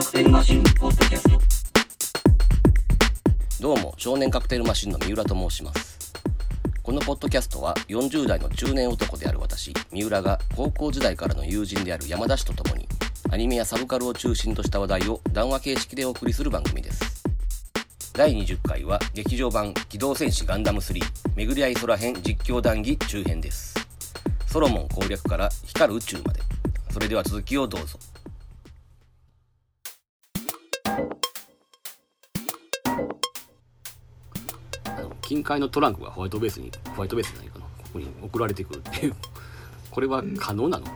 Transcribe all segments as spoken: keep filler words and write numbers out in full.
クテルマシンポッドキャスト。 どうも、少年カクテルマシンの三浦と申します。このポッドキャストはよんじゅう代の中年男である私三浦が高校時代からの友人である山田氏と共にアニメやサブカルを中心とした話題を談話形式でお送りする番組です。だいにじゅっかいは劇場版機動戦士ガンダムスリー巡り合い空編実況談義中編です。ソロモン攻略から光る宇宙まで。それでは続きをどうぞ。近海のトランクがホワイトベースにホワイトベースじゃないかな、ここに送られてくるっていうこれは可能なの、うん、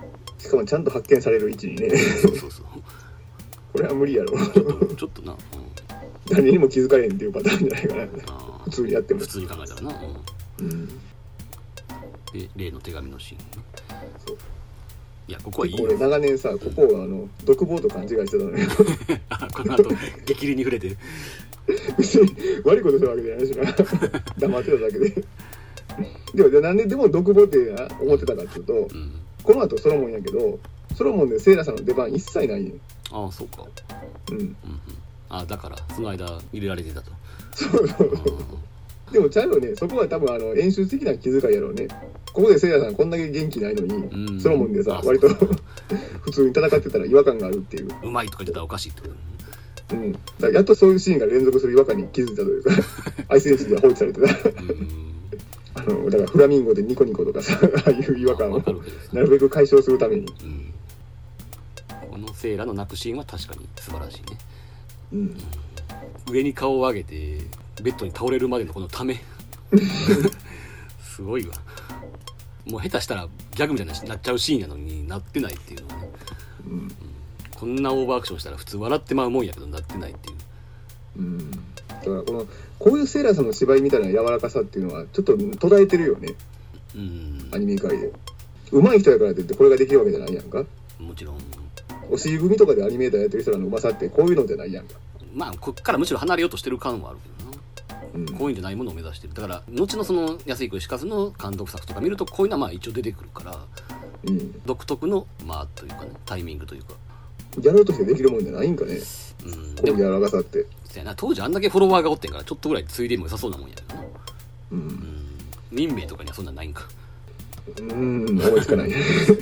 しかもちゃんと発見される位置にね。 そうそうそうこれは無理やろ。 ちょっとちょっとな、うん、 誰にも気づかれへんっていうパターンじゃないかな。普通にやっても普通に考えたらな、うんうん、で例の手紙のシーン、そういやここはいいよ。 俺長年さ、ここをあの独房と勘違いしてたのよ。 この後激励に触れて別に悪いことしたわけじゃないしな。黙ってただけで。でもなんででも独房って思ってたかっていうと、うん、この後ソロモンやけど、ソロモンでセイラさんの出番一切ないねん。 ああそうか。 うん。うんうん、 あだからその間入れられてたと。 そうそうそう。でもちゃうよね。そこは多分あの演出的な気遣いやろうね。ここでセイラさんこんだけ元気ないのに、うん、ソロモンでさ割と普通に戦ってたら違和感があるっていう。 うまいとか言ってたらおかしいってこと。 うん、だからやっとそういうシーンが連続する違和感に気づいたというか愛選手では放置されてたあのだからフラミンゴでニコニコとかさ、ああいう違和感をなるべく解消するために、うん、 このセイラの泣くシーンは確かに素晴らしいね、 うんうん、 上に顔を上げてベッドに倒れるまでのこのためすごいわ。もう下手したらギャグみたいになっちゃうシーンなのになってないっていうのはね、うんうん、こんなオーバーアクションしたら普通笑ってまうもんやけどなってないっていう、 うん、だからこのこういうセイラさんの芝居みたいな柔らかさっていうのはちょっと途絶えてるよね、うん、アニメ界で上手い人やからといってこれができるわけじゃないやんか。 もちろんお尻組とかでアニメーターやってる人らのうまさってこういうのじゃないやんか。 まあこっからむしろ離れようとしてる感はあるけどな、うん、こういうんじゃないものを目指してる。だから後のその安井石和の監督作とか見るとこういうのはまあ一応出てくるから、うん、独特のまあというかねタイミングというかやろうとしてできるもんじゃないんかね、うん、こういう柔らかさって。 そうやな、当時あんだけフォロワーがおってんからちょっとぐらいついでも良さそうなもんやけどな、うん、うん、民名とかにはそんなんないんか。 うーん思いつかない、うん、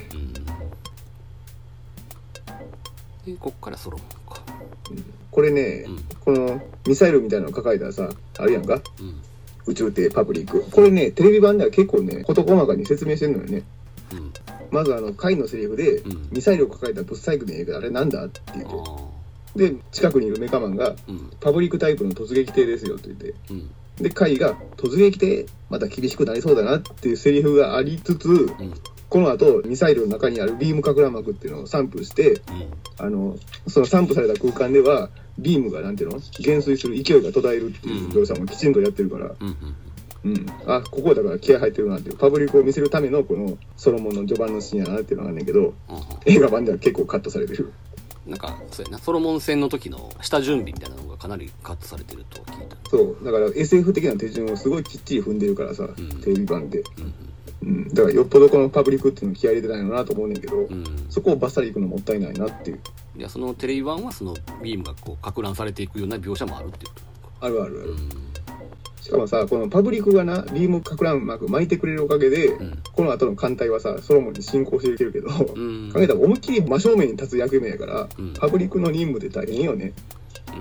でこっからソロモンか、 うん、これね、うん、このミサイルみたいなの抱えたらさあるやんか、うん、宇宙ってパブリック、これねテレビ版では結構ね事細かに説明してるのよね、うん、まずあの回のセリフで、うん、ミサイルを抱えたブスサイクでええけどあれなんだって言って、で近くにいるメカマンが、うん、パブリックタイプの突撃艇ですよって言って、うん、で回が突撃艇また厳しくなりそうだなっていうセリフがありつつ、うん、この後ミサイルの中にあるビームかく乱膜っていうのを散布して、うん、あのその散布された空間ではビームがなんていうの減衰する勢いが途絶えるっていう描写もきちんとやってるから、うんうん、あここだから気合入ってるなっていうパブリックを見せるためのこのソロモンの序盤のシーンやなっていうのがあるんだけど、うん、映画版では結構カットされてる。 なんかそうやな、ソロモン戦の時の下準備みたいなのがかなりカットされてると聞いた。 そうだから エスエフ 的な手順をすごいきっちり踏んでるからさ、うん、テレビ版で、うんうん、だからよっぽどこのパブリックっていうの気合入れてないのなと思うねんけど、うん、そこをバッサリいくのもったいないなっていう。 いやそのテレビ版はそのビームがこうか乱されていくような描写もあるっていうあるあるある、うん、しかもさこのパブリックがなビームか乱膜巻いてくれるおかげで、うん、この後の艦隊はさソロモンに進行していけるけど、うん、考えたら思いっきり真正面に立つ役目やから、うん、パブリックの任務で大変よね、うん、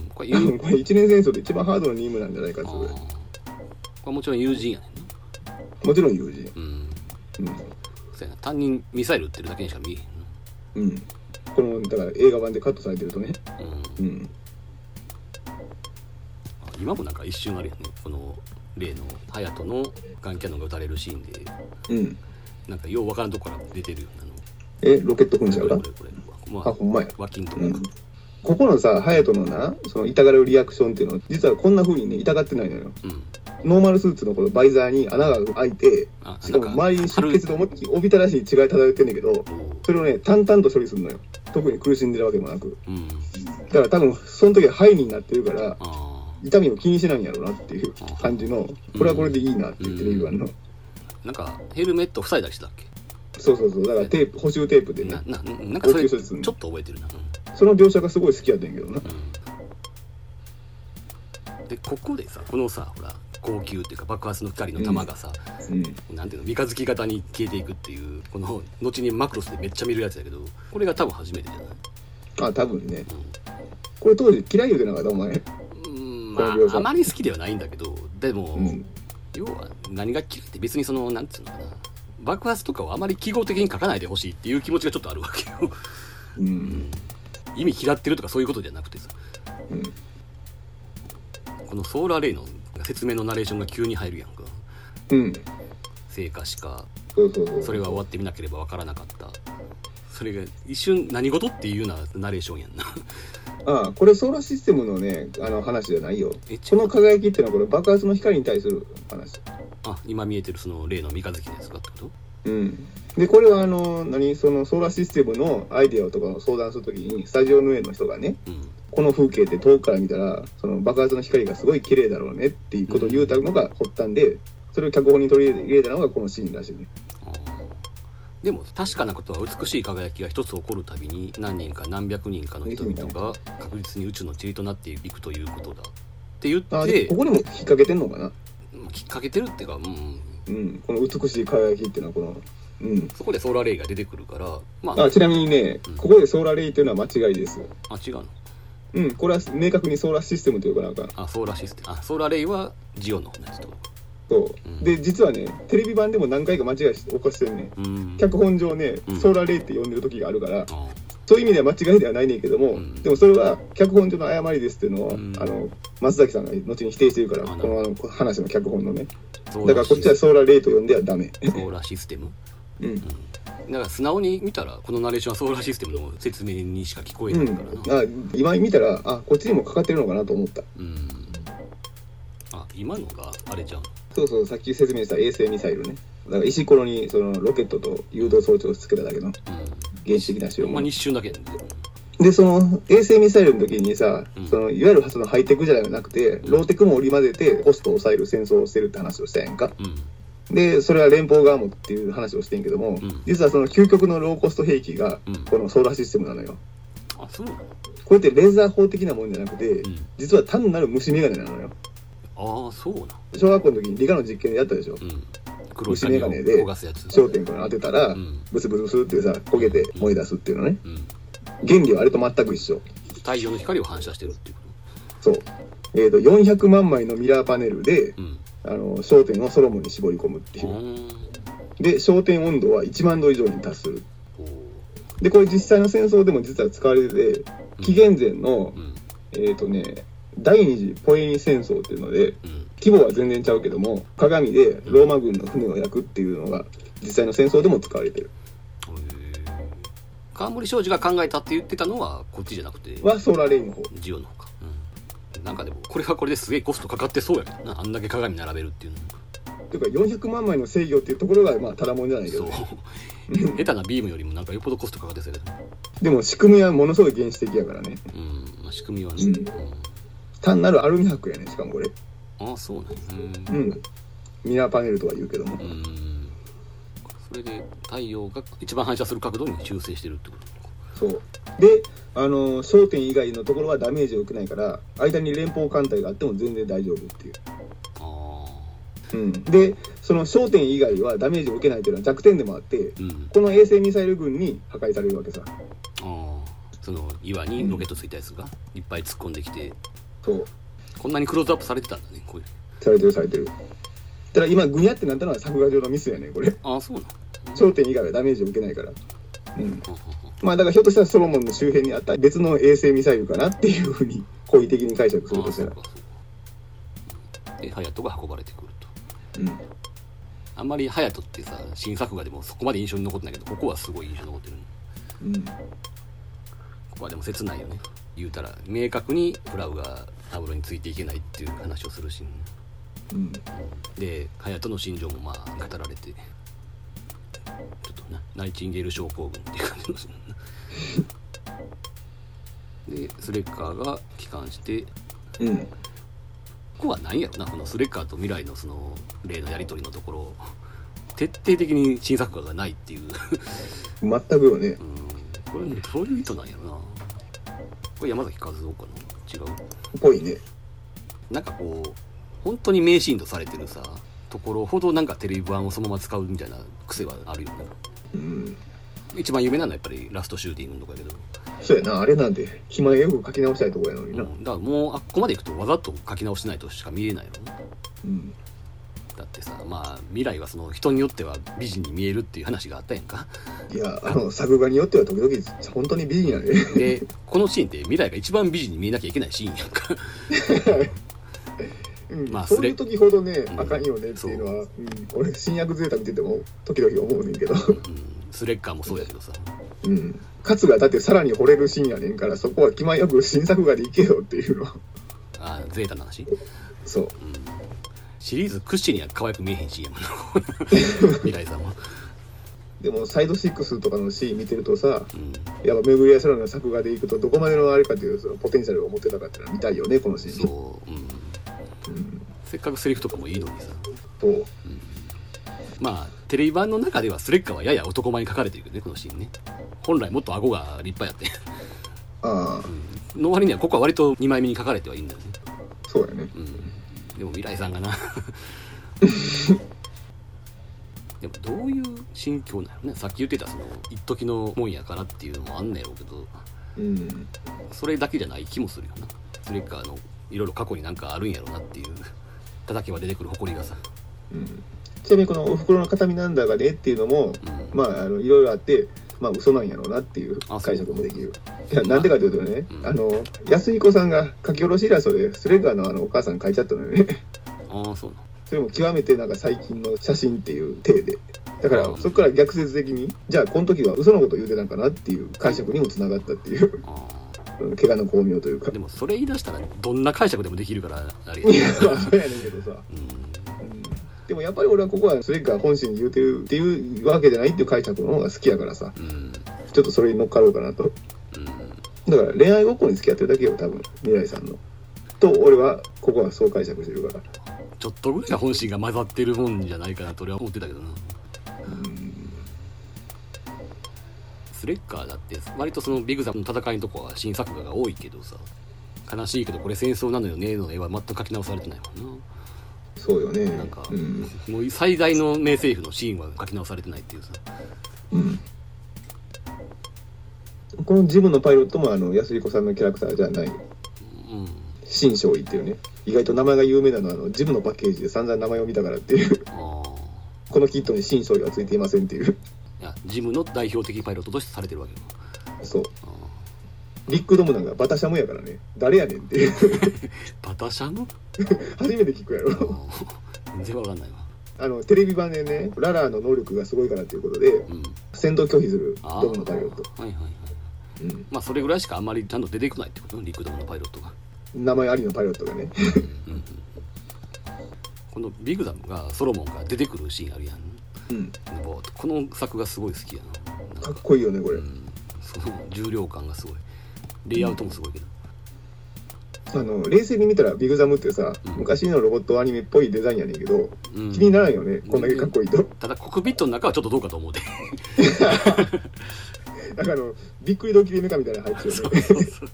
これ多分これ一年戦争で一番ハードな任務なんじゃないかって。これもちろん友人やねんもちろん友人、うんうん、そうやな単にミサイル撃ってるだけにしか見えへんうんこのだから映画版でカットされてるとね、うんうん、 今もなんか一瞬あるよねこの例のハヤトのガンキャノンが撃たれるシーンで、うん、なんかようわからんとこから出てるよあのえロケット噴射がこれこれこれ、まあ、 あほんまや脇んとこか、 うん、ここのさハヤトのなその痛がるリアクションっていうのは実はこんな風にね痛がってないのよ、うんノーマルスーツのこのバイザーに穴が開いてしかも周りに出血で思いっきりおびたらしい血が漂ってんだけどそれをね淡々と処理するのよ。特に苦しんでるわけもなく、うん、だから多分その時はハイになってるから痛みを気にしないんやろうなっていう感じのこれはこれでいいなって言ってる、うん、テレビ版のなんかヘルメット塞いだりしたっけ。 そうそうそう、だからテープ補修テープでね、 なななんかそれちょっと覚えてるな、うん、 その描写がすごい好きやったんやけどな、 うん、でここでさこのさほら高級っていうか爆発の光の玉がさ、うんうん、なんていうの三日月型に消えていくっていうこの後にマクロスでめっちゃ見るやつだけどこれが多分初めてじゃない？ あ多分ね、うん、これ当時嫌い言うてなかったお前？ うんまああまり好きではないんだけどでも、うん、要は何が嫌いって別にそのなんていうのかな爆発とかをあまり記号的に書かないでほしいっていう気持ちがちょっとあるわけよ、うん、意味嫌ってるとかそういうことじゃなくてさ、うん、このソーラーレイの説明のナレーションが急に入るやんか、うん、生化死かそれが終わってみなければ分からなかったそれが一瞬何事っていうようなナレーションやんなああこれソーラーシステムのねあの話じゃないよこの輝きっていうのはこれ爆発の光に対する話あ今見えてるその例の三日月のやつかってことうんでこれはあの何そのソーラーシステムのアイデアとかを相談するときにスタジオの上の人がね、うん、この風景って遠くから見たらその爆発の光がすごい綺麗だろうねっていうことを言うたのが発端で、うん、それを脚本に取り入れたのがこのシーンらしいね。 でも確かなことは美しい輝きが一つ起こるたびに何人か何百人かの人々が確実に宇宙の塵となっていくということだって言ってあここにも引っ掛けてんのかな。 引っ掛けてるっていうか、うんうん、この美しい輝きっていうのはこのうん、 そこでソーラーレイが出てくるから、 まあ、あちなみにね、うん、ここでソーラーレイというのは間違いです。 あ違うのうんこれは明確にソーラーシステムというかなんかあソーラーシステムあソーラーレイはジオンのやつとそう、うん、で実はねテレビ版でも何回か間違い起こしてるね、うん、脚本上ね、うん、ソーラーレイって呼んでる時があるから、うん、そういう意味では間違いではないねんけども、うん、でもそれは脚本上の誤りですっていうのは、うん、あの松崎さんが後に否定してるからこのあの話の脚本のねだからこっちはソーラーレイと呼んではダメソーラーシステムうん、うんだから素直に見たらこのナレーションはソーラーシステムの説明にしか聞こえないからな、うん、 あ今見たらあこっちにもかかってるのかなと思った、うん、 あ今のがあれじゃんそうそうさっき説明した衛星ミサイルねだから石ころにそのロケットと誘導装置をつけただけの原始的な仕様、 うん、まあ一瞬だけでその衛星ミサイルの時にさ、うん、そのいわゆるそのハイテクじゃなくて、うん、ローテクも織り交ぜてコストを抑える戦争をしてるって話をしたやんか、うんでそれは連邦側もっていう話をしてんけども、うん、実はその究極のローコスト兵器がこのソーラーシステムなのよ、 うん、あそうなのこれってレーザー砲的なもんじゃなくて、うん、実は単なる虫眼鏡なのよああそうな小学校の時に理科の実験でやったでしょ、うん、虫眼鏡で焦点から当てたら、うん、ブスブスブスってさ焦げて燃え出すっていうのね、うん、原理はあれと全く一緒太陽の光を反射してるっていうことそう、えーと、よんひゃくまんまいのミラーパネルで、うんあの焦点をソロモンに絞り込むっていうで焦点温度はいちまんど以上に達するでこれ実際の戦争でも実は使われてて紀元前の、うん、えっとね第二次ポエニ戦争っていうので、うん、規模は全然ちゃうけども鏡でローマ軍の船を焼くっていうのが実際の戦争でも使われてる川森商事が考えたって言ってたのはこっちじゃなくてはソーラーレイの方ジオの方かなんかでもこれはこれですげえコストかかってそうやけどなあんだけ鏡並べるっていうのていうかよんひゃくまんまいの制御っていうところがまあただもんじゃないけど、ね、 そう下手なビームよりもなんかよっぽどコストかかってそうやけどでも仕組みはものすごい原始的やからねうん、まあ、仕組みはね、 うん、単なるアルミ箔やねしかもこれああそうなんうんミラーパネルとは言うけどもうんそれで太陽が一番反射する角度に修正してるってことそうであの焦点以外のところはダメージを受けないから間に連邦艦隊があっても全然大丈夫っていうあ、うん、でその焦点以外はダメージを受けないというのは弱点でもあって、うん、この衛星ミサイル軍に破壊されるわけさあその岩にロケットついたやつがいっぱい突っ込んできて、うん、 そうこんなにクローズアップされてたんだねこれされてるされてるただ今グニャってなったのは作画上のミスやねこれあそうなの焦点以外はダメージを受けないからうんまあだからひょっとしたらソロモンの周辺にあった別の衛星ミサイルかなっていうふうに好意的に解釈するとしたらでハヤトが運ばれてくると、うん、あんまりハヤトってさ新作画でもそこまで印象に残ってないけどここはすごい印象に残ってる、うん、ここはでも切ないよね言うたら明確にプラウがナブロについていけないっていう話をするし、うん、でハヤトの心情もまあ語られてちょっとなナイチンゲール症候群っていう感じのでスレッカーが帰還して、うん、ここは何やろなこのスレッカーと未来のその例のやり取りのところ徹底的に新作画がないっていう全くよね、うん、 これねそういう意図なんやろな。これ山崎和夫かな、違うっぽいね。 なんかこう本当に名シーンとされてるさところほどなんかテレビ版をそのまま使うみたいな癖はあるよね、うん、一番有名なのはやっぱりラストシューティングとかやけど、 そうやな、あれなんで気前よく書き直したいとこやのにな、 うん、だからもうあっこまでいくとわざと書き直しないとしか見えないのね、うん、だってさ、まあ未来はその人によっては美人に見えるっていう話があったやんか。 いや、あの作画によっては時々本当に美人やね。 でこのシーンって未来が一番美人に見えなきゃいけないシーンやんかうん、まあ、そういう時ほどね、うん、あかんよねっていうのは、うん、俺新薬ゼータ見てても時々思うねんけど、うん、 スレッカーもそうやけどさ、 うん、カツがだってさらに惚れるシーンやねんから、そこは気前よく新作画でいけよっていうの。 ああゼータの話、 そう、うん、 シリーズ屈指には可愛く見えへんシーンやもん未来さんは。 でもサイドシックスとかのシーン見てるとさ、うん、やっぱめぐりやさらの作画でいくとどこまでのあれかというそのポテンシャルを持ってたかっていうのは見たいよね、このシーン。 そう、うんうん、せっかくセリフとかもいいのにさ、 そう、うん、 まあテレビ版の中ではスレッカーはやや男前に描かれてるけどね、このシーンね。本来もっと顎が立派やってあ、 うん、の割にはここは割とにまいめに描かれてはいいんだよね。 そうやね、 うん、でも未来さんがなでもどういう心境なのね。さっき言ってたその一時のもんやからっていうのもあんねやろうけど、うん、それだけじゃない気もするよな。スレッカーのいろいろ過去になんかあるんやろうなっていう、叩けば出てくる誇りがさ、うん、 ちなみにこのお袋の形見なんだがねっていうのも、うん、まああのいろいろあって、まあ嘘なんやろうなっていう解釈もできる。いや、なんでかというとね、うん、あの安彦さんが書き下ろしイラストでスレッガーのあのお母さん書いちゃったのよね。 ああ、そうな。 それも極めてなんか最近の写真っていう体で、だからそこから逆説的にじゃあこの時は嘘のこと言うてたんかなっていう解釈にもつながったっていう。怪我の巧妙というか。 でもそれ言い出したらどんな解釈でもできるからあれや、 ね、いやそうやねんけどさ、うんうん、でもやっぱり俺はここはスレッガー本心に言うてるっていうわけじゃないっていう解釈の方が好きやからさ、うん、ちょっとそれに乗っかろうかなと、うん、だから恋愛ごっこに付き合ってるだけよ多分未来さんのと、俺はここはそう解釈してるから、 ちょっとぐらい本心が混ざってるもんじゃないかなと俺は思ってたけどな。うん、スレッカーだって割とそのビグザムの戦いのとこは新作画が多いけどさ、悲しいけどこれ戦争なのよねの絵は全く描き直されてないもんな。 そうよね。 なんか、うん、もう最大の名セリフのシーンは描き直されてないっていうさ、うん、 このジムのパイロットもあの安彦さんのキャラクターじゃない、うん、新勝利っていうね、意外と名前が有名なのはあのジムのパッケージで散々名前を見たからっていうあこのキットに新勝利はついていませんっていう、 いやジムの代表的パイロットとしてされてるわけよ。 そう、ビッグドムなんかバタシャムやからね、誰やねんっていうバタシャム初めて聞くやろ全然わかんないわ。 あのテレビ版でね、ララーの能力がすごいからということで、うん、戦闘拒否するドムのパイロット、はいはいはい、 うん、まあそれぐらいしかあんまりちゃんと出てこないってことね、ビッグドムのパイロットが、 名前ありのパイロットがねうん、うん、 このビグダムがソロモンが出てくるシーンあるやん、うん、この作がすごい好きや な, なんかかっこいいよねこれ、うん、 その重量感がすごい、レイアウトもすごいけど、 あの冷静に見たらビグザムってさ、うん、昔のロボットアニメっぽいデザインやねんけど、うん、気にならんよね、こんだけかっこいいと。 ただコックピットの中はちょっとどうかと思うでなんかあのびっくりドキリメカみたいなの入ってるよねそうそうそう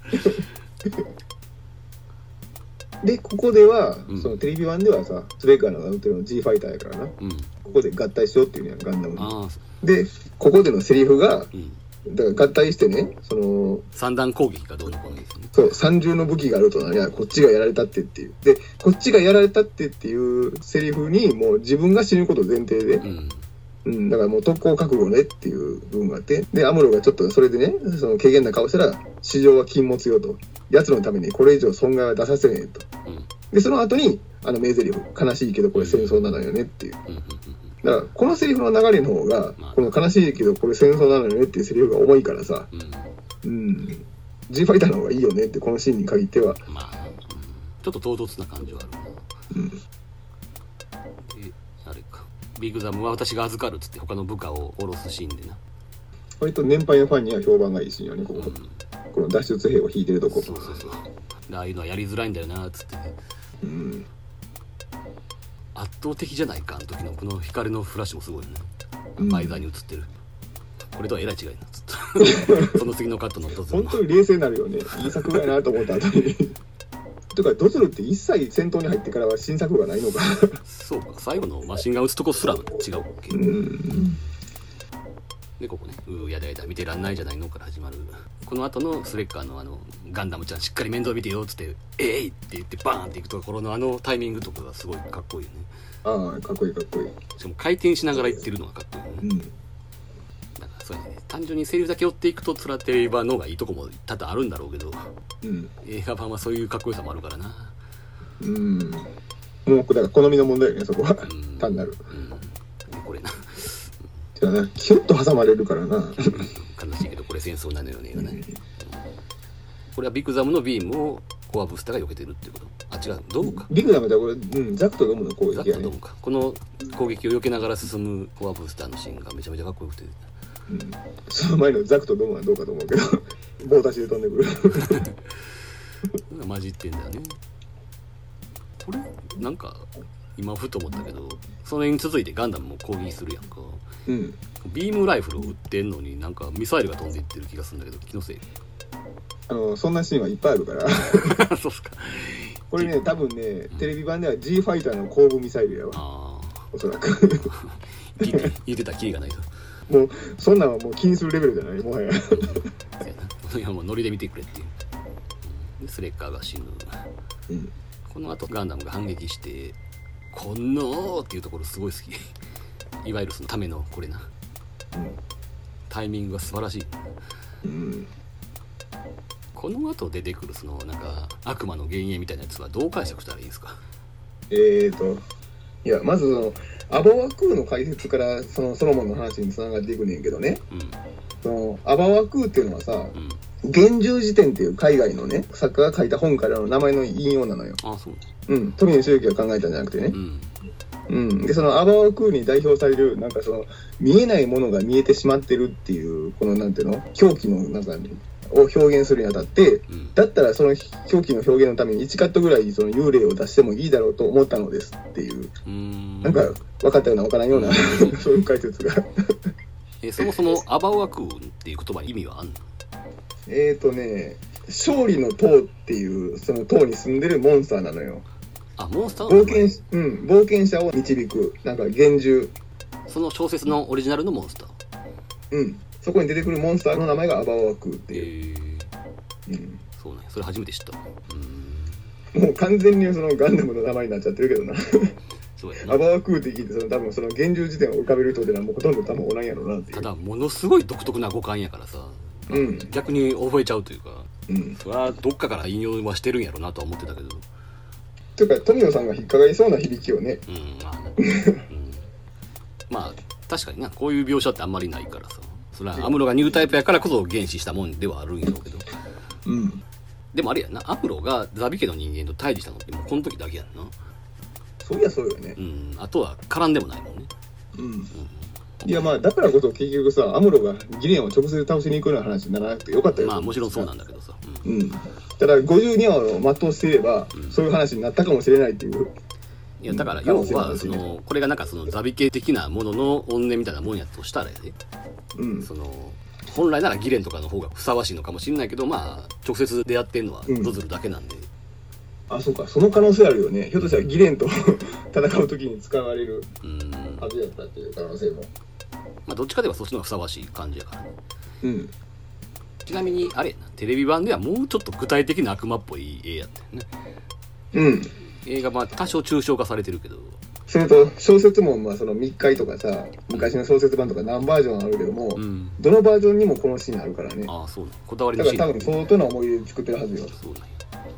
でここでは、うん、そのテレビ版ではさスレッガーの乗ってるの G ファイターやからな、うん、ここで合体しようっていうねガンダムに。でここでのセリフが、うんだから合体してね、その三段攻撃がどうのこうのですよね。 そう、三重の武器があるとな、いやこっちがやられたってっていう。で、こっちがやられたってっていうセリフにもう自分が死ぬこと前提で、うんうん、だからもう特攻覚悟ねっていう部分があって、でアムロがちょっとそれでね、その軽減な顔したら市場は禁物よと、奴のためにこれ以上損害は出させねえと、うん、でその後にあの名台詞、悲しいけどこれ戦争なのよねっていう。うんうんうんだからこのセリフの流れの方が、まあ、この悲しいけどこれ戦争なのよねっていうセリフが重いからさ、うん、うん、G ファイターの方がいいよねってこのシーンに限っては、 まあ、ちょっと唐突な感じはあるな、うん、えあれかビッグザムは私が預かるっつって他の部下を下ろすシーンでな、 割と年配のファンには評判がいいシーンよねここ、うん、この脱出兵を引いてるとこ、 そうそうそう、ああいうのはやりづらいんだよなっつって、うん、 圧倒的じゃないかあの時のこの光のフラッシュもすごいね、 うんバイザーに映ってる。これとはえらい違いなずっとその次のカットのドズルも本当に冷静になるよね。いい作画やなと思った後にとかドズルって一切戦闘に入ってからは新作がないのかそうか、最後のマシンガン撃つとこすら違うっけ、 うんでここね、うーやだやだ見てらんないじゃないのから始まる。この後のスレッカーのあのガンダムちゃんしっかり面倒見てよっつってえいって言ってバーンっていくところのあのタイミングとかがすごいかっこいいよね。 ああかっこいいかっこいい。 しかも回転しながら言ってるのがかっこいいよね、 うん、 だからそうやね、単純にセリフだけ追っていくとつらテレビ版の方がいいとこも多々あるんだろうけど、 うん、 映画版はそういうかっこよさもあるからな。 うんもうだから好みの問題よねそこは、 うん、 単なる、 うん、これなじゃあなキュッと挟まれるからな悲しいけどこれ戦争なのよね、うん、これはビッグザムのビームをコアブースターが避けてるっていうこと。あ違うドムか、 ビッグザムだこれ、うん、ザクとドムの攻撃やね。 ザクとドムか。この攻撃を避けながら進むコアブースターのシーンがめちゃめちゃかっこよくて、 うん、その前のザクとドムはどうかと思うけど棒立ちで飛んでくる混じってんだよね。これなんか今ふと思ったけど、それに続いてガンダムも攻撃するやんか、 うん、 ビームライフルを撃ってんのになんかミサイルが飛んでいってる気がするんだけど気のせいあのそんなシーンはいっぱいあるからそうっすか。 これね多分ねテレビ版では G ファイターの後部ミサイルやわ、 あおそらく言って言ってたキリがないともうそんなんはもう気にするレベルじゃないもはやいやもうノリで見てくれっていう。でスレッカーが死ぬ、 うん、 この後ガンダムが反撃してこんのーっていうところすごい好きいわゆるそのためのこれな、うん、タイミングが素晴らしい、うん、この後出てくるそのなんか悪魔の幻影みたいなやつはどう解釈したらいいんですか。 えーといやまずそのアバワクーの解説からそのソロモンの話につながっていくねんけどね、うん、そのアバワクーっていうのはさ、うん幻獣辞典っていう海外のね作家が書いた本からの名前の引用なのよ。 ああそう。 うん。富野周之が考えたんじゃなくてね。うん。うん、でそのアバワクーに代表されるなんかその見えないものが見えてしまってるっていうこのなんていうの狂気のなんかを表現するにあたって、うん、だったらその狂気の表現のためにいちカットぐらいその幽霊を出してもいいだろうと思ったのですっていう、うーんなんか分かったような分からんような、うん、そういう解説がえそもそもアバワクーっていう言葉に意味はあんの。 えーとね、勝利の塔っていうその塔に住んでるモンスターなのよ。 あ、モンスター冒険、うん、冒険者を導くなんか幻獣。 その小説のオリジナルのモンスター。 うん、そこに出てくるモンスターの名前がアバワクーっていう。 えー、うん、そうね、それ初めて知った。 うん、もう完全にそのガンダムの名前になっちゃってるけどな。 そうやな。アバワクーって聞いてその多分その幻獣辞典を浮かべる人ではもうほとんど多分おらんやろうなっていう。 ただものすごい独特な語感やからさ。うん、逆に覚えちゃうというか、うん、それはどっかから引用はしてるんやろうなとは思ってたけど。 というか富野さんが引っかかりそうな響きをね。 うん、まあ、ねうん、まあ確かになこういう描写ってあんまりないからさ。それはアムロがニュータイプやからこそ原始したもんではあるんやろうけど。うん。でもあれやな、アムロがザビ家の人間と対峙したのってもうこの時だけやんな。 そういやそうよね。 うん。あとは絡んでもないもんね。 うん。うんいやまあだからこそ結局さアムロがギレンを直接倒しに行くような話にならなくてよかったよ。 まあもちろんそうなんだけどさ、 うん、うん、ただごじゅうにわを全うしていれば、うん、そういう話になったかもしれないっていう。 いやだから要はそのこれがなんかそのザビ系的なものの怨念みたいなもんやとしたらやで、うん、その本来ならギレンとかの方がふさわしいのかもしれないけどまあ直接出会ってんのはドズルだけなんで、 うん、あそうかその可能性あるよね。ひょっとしたらギレンと戦う時に使われるはずやったっていう可能性も。 まあ、どっちかではそっちの方がふさわしい感じやからね。 うん。 ちなみにあれテレビ版ではもうちょっと具体的な悪魔っぽい絵やったよね。 うん。 映画まあ多少抽象化されてるけど。 それと小説もまあその密会とかさ昔の小説版とか何バージョンあるけども、うん、どのバージョンにもこのシーンあるからね。 ああそうね。こだわりのシーン。 だから多分相当な思い出で作ってるはずよ。 そうなんや。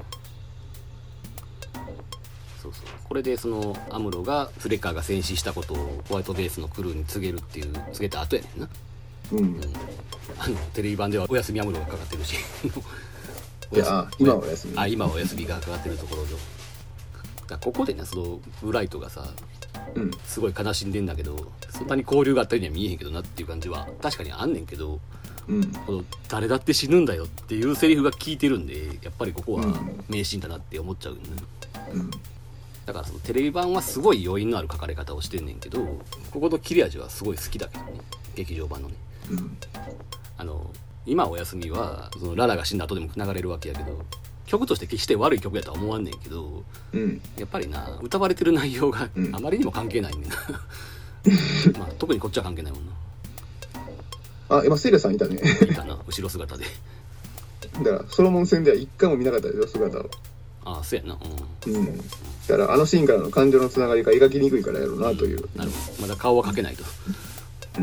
そうそう。これでそのアムロがスレッカーが戦死したことをホワイトベースのクルーに告げるっていう告げた後やねんな。うん。うん、あのテレビ版ではお休みアムロがかかってるし。 いや今はお休み。 あ今はお休みがかかってるところで。だここでねそのブライトがさ、うん、すごい悲しんでんだけどそんなに交流があったようには見えへんけどなっていう感じは確かにあんねんけど、うん、この誰だって死ぬんだよっていうセリフが効いてるんでやっぱりここは名シーンだなって思っちゃうよね。うんだからそのテレビ版はすごい余韻のある書かれ方をしてんねんけど、ここの切れ味はすごい好きだけどね、劇場版のね、うん、あの今お休みはそのララが死んだ後でも流れるわけやけど、曲として決して悪い曲やとは思わんねんけど、うん、やっぱりな歌われてる内容があまりにも関係ないねんな、うん、まあ特にこっちは関係ないもんな。 あ、今セイラさんいたね。 いたな、後ろ姿で。 だからソロモン戦では一回も見なかったでしょ、姿を。 ああ、そうやな。うん。 うん。だからあのシーンからの感情のつながりが描きにくいからやろうなという。 なるほど。まだ顔は描けないと。うん。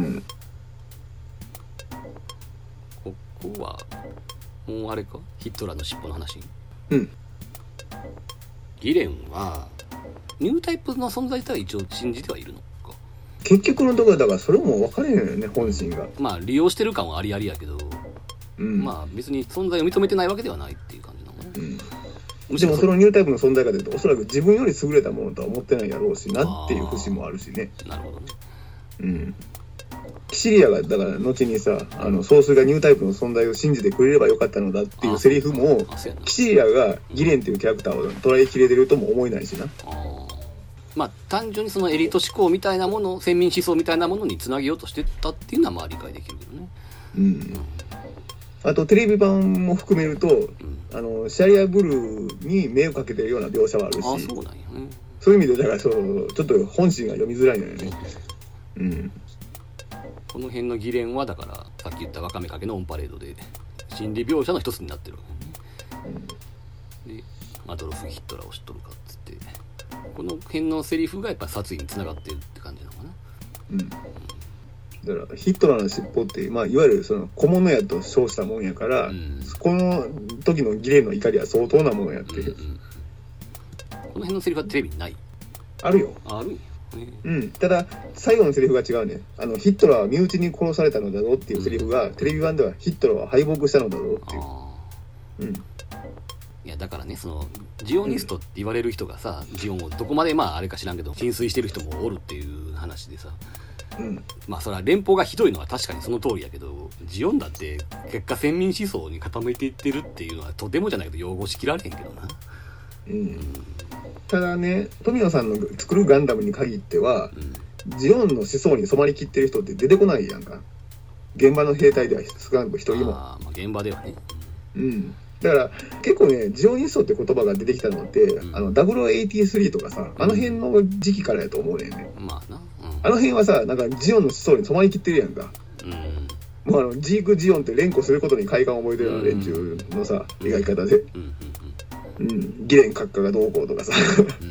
ここはもうあれか、ヒットラーの尻尾の話。うん。ギレンはニュータイプの存在自体は一応信じてはいるのか。 結局のところだからそれも分かれへんよね、本心が。 まあ利用してる感はありありやけど、うん、まあ別に存在を認めてないわけではないっていう感じなのね。うん、でもそのニュータイプの存在かというと、おそらく自分より優れたものとは思ってないやろうしなっていう節もあるしね。 なるほどね。 うん。キシリアがだから後にさ、あの総帥がニュータイプの存在を信じてくれればよかったのだっていうセリフも、キシリアがギレンっていうキャラクターを捉えきれてるとも思えないしな。あ、 まあ単純にそのエリート思考みたいなもの、先民思想みたいなものにつなげようとしてたっていうのはまあ理解できるけどね。うん。うん、 あとテレビ版も含めると、うん、あのシャリアブルーに目をかけてるような描写はあるし、あ、そうなんやね。そういう意味でだからそうちょっと本心が読みづらいのよね。うん。 この辺の議連はだからさっき言ったワカメかけのオンパレードで心理描写の一つになってるわけね。うん、でアドルフ・ヒットラーを知っとるかっつって、この辺のセリフがやっぱ殺意につながってるって感じなのかな。うん。 だからヒットラーの尻尾って、まあ、いわゆるその小物やと称したもんやから、うん、この時のギレンの怒りは相当なものやってる、うんうん、 この辺のセリフはテレビにない？ あるよ。 あるよ、ね、 うん。ただ最後のセリフが違うね。あのヒットラーは身内に殺されたのだぞっていうセリフが、うん、テレビ版ではヒットラーは敗北したのだぞっていう。あ、 うん。いやだからね、そのジオニストって言われる人がさ、うん、ジオンをどこまでまああれか知らんけど浸水してる人もおるっていう話でさ、うん、まあそれは連邦がひどいのは確かにその通りやけど、ジオンだって結果先民思想に傾いていってるっていうのはとてもじゃないけど擁護しきられへんけどな。うん、うん、 ただね、富野さんの作るガンダムに限っては、うん、ジオンの思想に染まりきってる人って出てこないやんか。現場の兵隊では少なく一人も。 あ、まあ現場ではね。 うん。だから結構ね、ジオニストって言葉が出てきたのって、うん、あのダブルエイティースリーとかさ、あの辺の時期からやと思うねんね。まあな。うん、あの辺はさ、なんかジオンの思想に染まりきってるやんか。うん。もうあのジーク・ジオンって連呼することに快感を覚えてるような連中のさ、うん、描き方で。うんうん、ギレン閣下がどうこうとかさ、うん、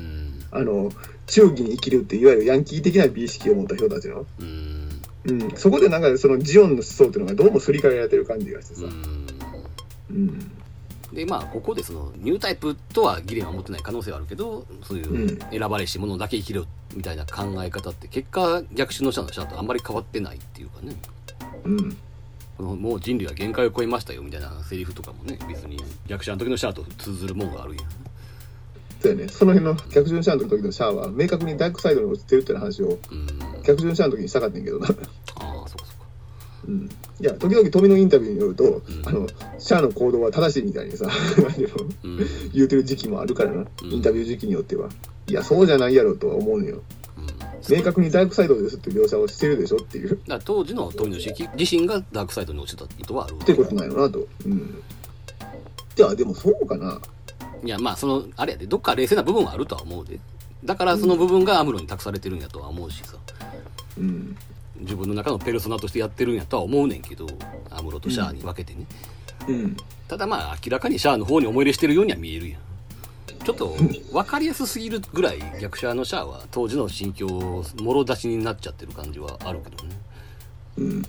あの忠義に生きるっていわゆるヤンキー的な美意識を持った人たちの、うんうん、そこでなんかそのジオンの思想っていうのがどうもすり替えられてる感じがしてさ、うんうん、 でまあここでそのニュータイプとはギレンは持ってない可能性はあるけど、そういう選ばれし者だけ生きるみたいな考え方って結果逆襲の者の者とあんまり変わってないっていうかね、うん、このもう人類は限界を超えましたよみたいなセリフとかもね、別に逆襲の時のシャアと通ずるもんがあるやん。 そうやね、その辺の逆襲のシャアの時のシャアは明確にダークサイドに落ちてるっていう話を逆襲のシャアの時にしたかったんやけどな。ああ、そうかそうか。うん。いや、時々富のインタビューによると、うん、あのシャアの行動は正しいみたいにさ、うん、言うてる時期もあるからな、うん、インタビュー時期によっては。いや、そうじゃないやろとは思うのよ。明確にダークサイドですって描写をしてるでしょっていう。 だから当時の富野氏自身がダークサイドに落ちた意図はあるってことなんやろなと。うん。じゃあでもそうかな。 いやまあそのあれやで、どっか冷静な部分はあるとは思うで。だからその部分がアムロに託されてるんやとは思うしさ。うん。自分の中のペルソナとしてやってるんやとは思うねんけど、アムロとシャアに分けてね。うん。うん、ただまあ明らかにシャアの方に思い入れしてるようには見えるやん。ちょっと分かりやすすぎるぐらい逆者のシャアは当時の心境をもろ出しになっちゃってる感じはあるけどね。うん、うん、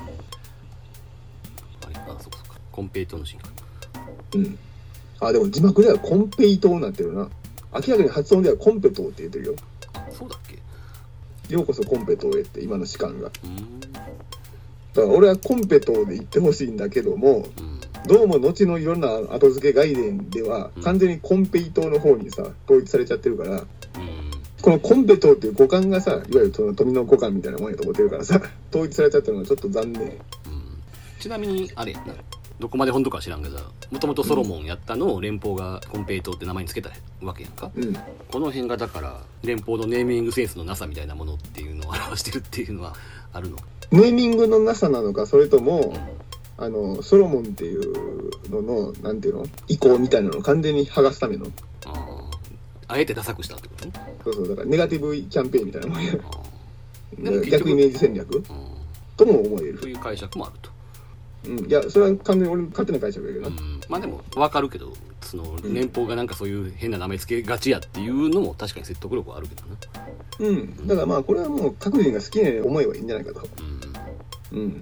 あれ、あ、そうかそうか、コンペイトのシーンか。 うん。あ、でも字幕ではコンペイトになってるな。明らかに発音ではコンペトって言ってるよ。 あ、そうだっけ。 ようこそコンペトへって今の士官が。うん。だから俺はコンペトで言ってほしいんだけども。うん、どうも後のいろんな後付け概念では完全にコンペイトーの方にさ統一されちゃってるから、うん、このコンペトーっていう語感がさ、いわゆるその富の語感みたいなもんやと思ってるからさ、統一されちゃったのがちょっと残念。うん、 ちなみにあれやな、 どこまで本当かは知らんけど、もともとソロモンやったのを連邦がコンペイトーって名前につけたわけやんか、うん、この辺がだから連邦のネーミングセンスのなさみたいなものっていうのを表してるっていうのはあるの。 ネーミングのなさなのか、それとも、うん、あのソロモンっていうののなんていうの意向みたいなのを完全に剥がすための、 ああえてダサくしたってことね。 そうそう、だからネガティブキャンペーンみたいなもんや。逆イメージ戦略、うん、とも思える。 そういう解釈もあると。 うん、いやそれは完全に俺勝手な解釈だけどな、うん、 まあでも分かるけど、その年俸がなんかそういう変な名前つけがちやっていうのも確かに説得力はあるけどな。 うん、うん、だからまあこれはもう各人が好きな思えばいいんじゃないかと。うん、うん、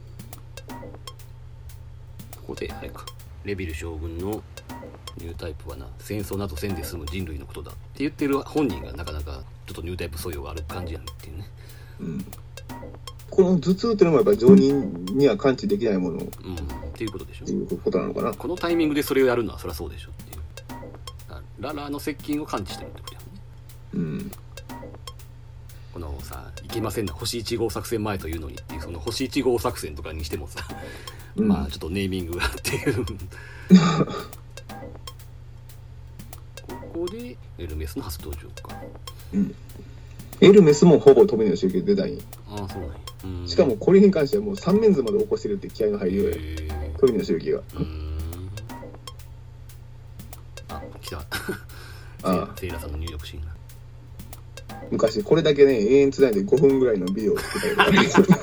ここであれか、レビル将軍のニュータイプはな、戦争などせんで済む人類のことだって言ってる本人がなかなかちょっとニュータイプ素養がある感じやんっていうね。 うん、この頭痛っていうのもやっぱり常人には感知できないもの、うん、 っていうことでしょ。 っていうことなのかな。 このタイミングでそれをやるのはそりゃそうでしょっていう。ララーの接近を感知してるってことやね。うん。このさ、いけませんな星いち号作戦前というのにっていう、その星いち号作戦とかにしてもさ、うん、まあちょっとネーミングがっていうここでエルメスの初登場か。うん。 エルメスもほぼ富の集計デザイン。 ああ、そうなんや。うん、 しかもこれに関してはもう三面図まで起こしてるって気合の入りようや。富の集計が。うん。 あ、来た。あセイラさんの入力シーンが。 昔これだけね永遠つないでごふんぐらいのビデオを作ったりとか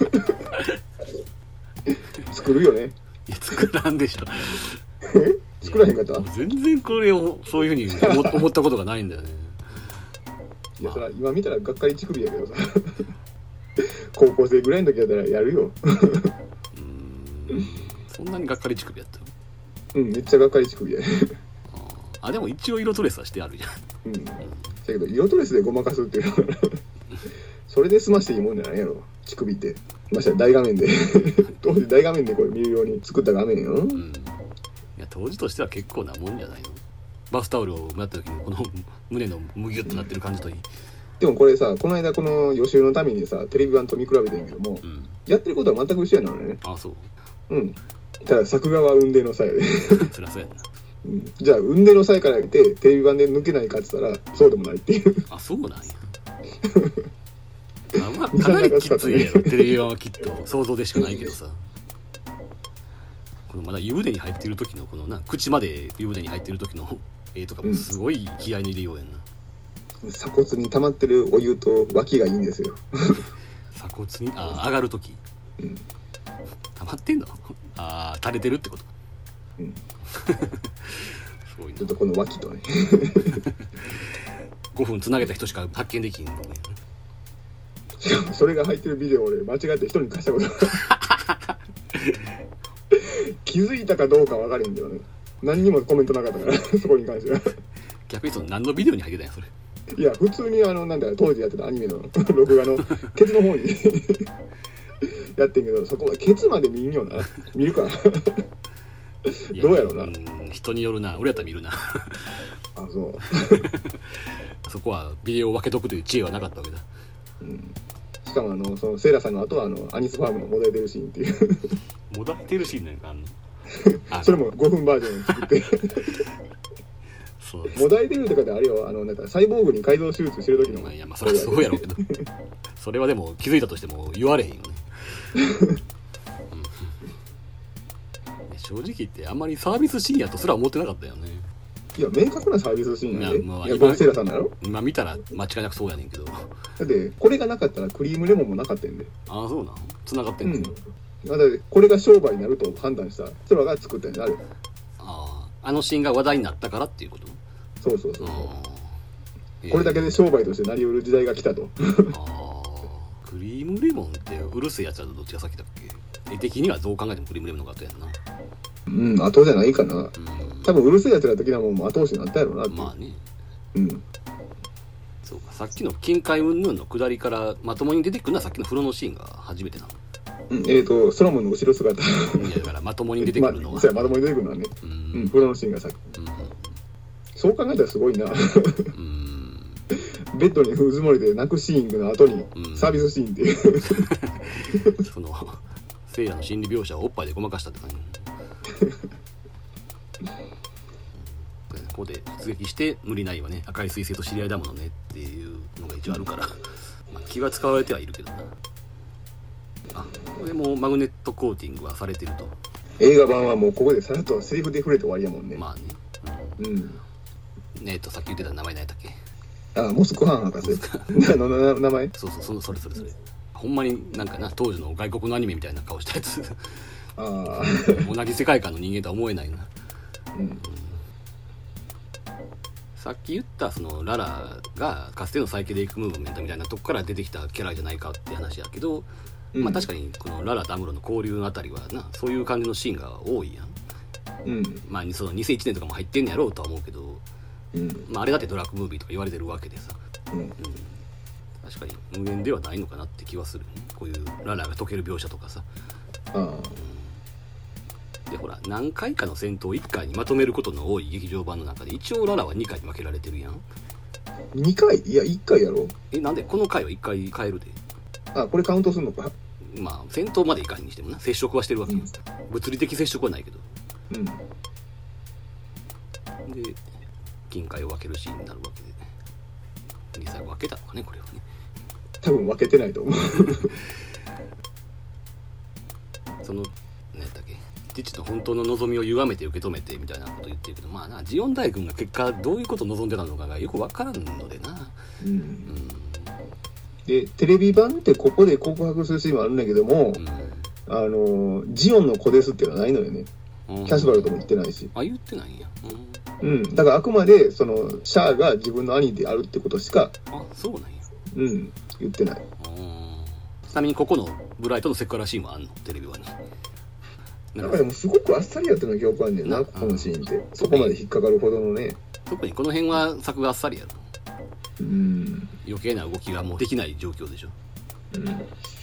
作るよね。 いや作らんでしょ。 え作らへんかった？ 全然これをそういう風に思ったことがないんだよね。 いやそら今見たらがっかり乳首やけどさ高校生ぐらいの時だったらやるよ。 うーんそんなにがっかり乳首やったの？ うんめっちゃがっかり乳首や。 あでも一応色トレスはしてあるじゃん。うん。だけど色トレスでごまかすっていうのはそれで済ましていいもんじゃないやろ乳首って。まして大画面で当時大画面でこれ見るように作った画面よ。うん。いや当時としては結構なもんじゃないの。バスタオルをなった時にこの胸のむぎゅっとなってる感じといい。 でもこれさこの間この予習のためにさテレビ版と見比べてんけども、うん、やってることは全く一緒やなのね。 あそう。 うん。ただ作画は雲泥の差やで。 そりゃそうやな。 うん、じゃあ雲泥の差から見てテレビ版で抜けないかって言ったらそうでもないっていう。 あそうなんや。あまあかなりきついやろテレビ版はきっと想像でしかないけどさ。このまだ湯船に入ってる時のこのな口まで湯船に入ってる時の絵とかもすごい気合いに入れようやんな。 うん、鎖骨に溜まってるお湯と脇がいいんですよ。 鎖骨にあ上がる時、うん、溜まってんの？あ垂れてるってこと。うん。すごいな。ちょっとこの脇とね。 ごふんつなげた人しか発見できんのね。 しかもそれが入ってるビデオを俺間違って人に貸したこと気づいたかどうか分かれへんけどね。何にもコメントなかったからそこに関しては。 逆にその何のビデオに入ってたんやそれ。 いや普通にあのなんだ当時やってたアニメの録画のケツの方にやってんけど、そこはケツまで見んよな。見るかどうやろうな。 うん人によるな。俺やったら見るな。 あそうそこはビデオを分けとくという知恵はなかったわけだ。 うん、しかもあのそのセイラさんの後はあのアニスファームのモダイデルシーンっていうモダイデルシーンなんかあんのあそれもごふんバージョンを作ってそうモダイデルとかであれよあのなんかサイボーグに改造手術してる時の、まあ、 いやまあそれはそうやろうけどそれはでも気づいたとしても言われへんよね、うん、正直言ってあんまりサービスシーンやとすら思ってなかったよね。 いや明確なサービスシーンなんで、まあ、いやこのセイラさんだろ。 今見たら間違いなくそうやねんけど。だってこれがなかったらクリームレモンもなかったんで。 ああそうなの。繋がってんの、うん、だってこれが商売になると判断した人らが作ったんである。 あああのシーンが話題になったからっていうこと。 そうそうそうそう、えー、これだけで商売としてなりうる時代が来たと。 あクリームレモンってうるせえやつだとどっちが先だっけ。絵的にはどう考えてもクリームレモンの方が後やんな。 うん後じゃないかな、うん、多分うるせえやつら的なもんも後押しになったやろうなって。 まあねうんそうかさっきの金塊云々の下りからまともに出てくるのはさっきの風呂のシーンが初めてなの。 うん、えーとソロモンの後ろ姿いやだからまともに出てくるのは、 ま、そうやまともに出てくるのはね、うん、うん、風呂のシーンがさっき、うん、そう考えたらすごいな。うんベッドにうずもれて泣くシーンの後にサービスシーンっていう、うん、 そのセイラの心理描写をおっぱいでごまかしたって感じ。 ここで出撃して無理ないわね、赤い彗星と知り合いだものねっていうのが一応あるから、まあ、気が使われてはいるけどな。あ、これもマグネットコーティングはされてると。 映画版はもうここでさらっとセリフで触れて終わりやもんね。 まあね、うん、うん、ねえとさっき言ってた名前何やったっけ。 あ、モスクワン博士あのな名前。 そうそう、そのそれそれそれほんまになんかな、当時の外国のアニメみたいな顔したやつあ同じ世界観の人間とは思えないな、うん、さっき言ったそのララがかつてのサイケデリックムーブメントみたいなとこから出てきたキャラじゃないかって話やけど、うん、まあ確かにこのララとアムロの交流のあたりはな、そういう感じのシーンが多いやん、うん、まあそのにせんいちねんとかも入ってんのやろうとは思うけど、うん、まああれだってドラッグムービーとか言われてるわけでさ、うんうん、確かに無縁ではないのかなって気はするね、こういうララが解ける描写とかさ。あ、うん、でほら何回かの戦闘をいっかいにまとめることの多い劇場版の中で一応ララはにかいに分けられてるやん。 にかい？いやいっかいやろ。 え、なんでこの回はいっかい変えるで。あ、 これカウントするのか。 まあ戦闘までいかんにしてもな、接触はしてるわけよ、うん、物理的接触はないけど、うん、で金塊を分けるシーンになるわけで、実際分けたのかねこれはね。 多分分けてないと思うその何やったっけ、父の本当の望みを歪めて受け止めてみたいなこと言ってるけど、まあな、ジオン大君が結果どういうことを望んでたのかがよく分からんのでな、うん、うん、 でテレビ版ってここで告白するシーンもあるんだけども、うん、あのジオンの子ですっていうのはないのよね、うん、キャスバルとも言ってないし。 あ、言ってないんや、 うん、うん、だからあくまでそのシャアが自分の兄であるってことしか、 あ、そうなんや、 うん、言ってない。 ちなみにここのブライトのセクハラシーンもあんの、テレビ版に。 なんかでもすごくあっさりやったの記憶あんねんな、このシーンって。そこまで引っかかるほどのね。 特にこの辺は作があっさりやろ。うん。余計な動きがもうできない状況でしょ。うん。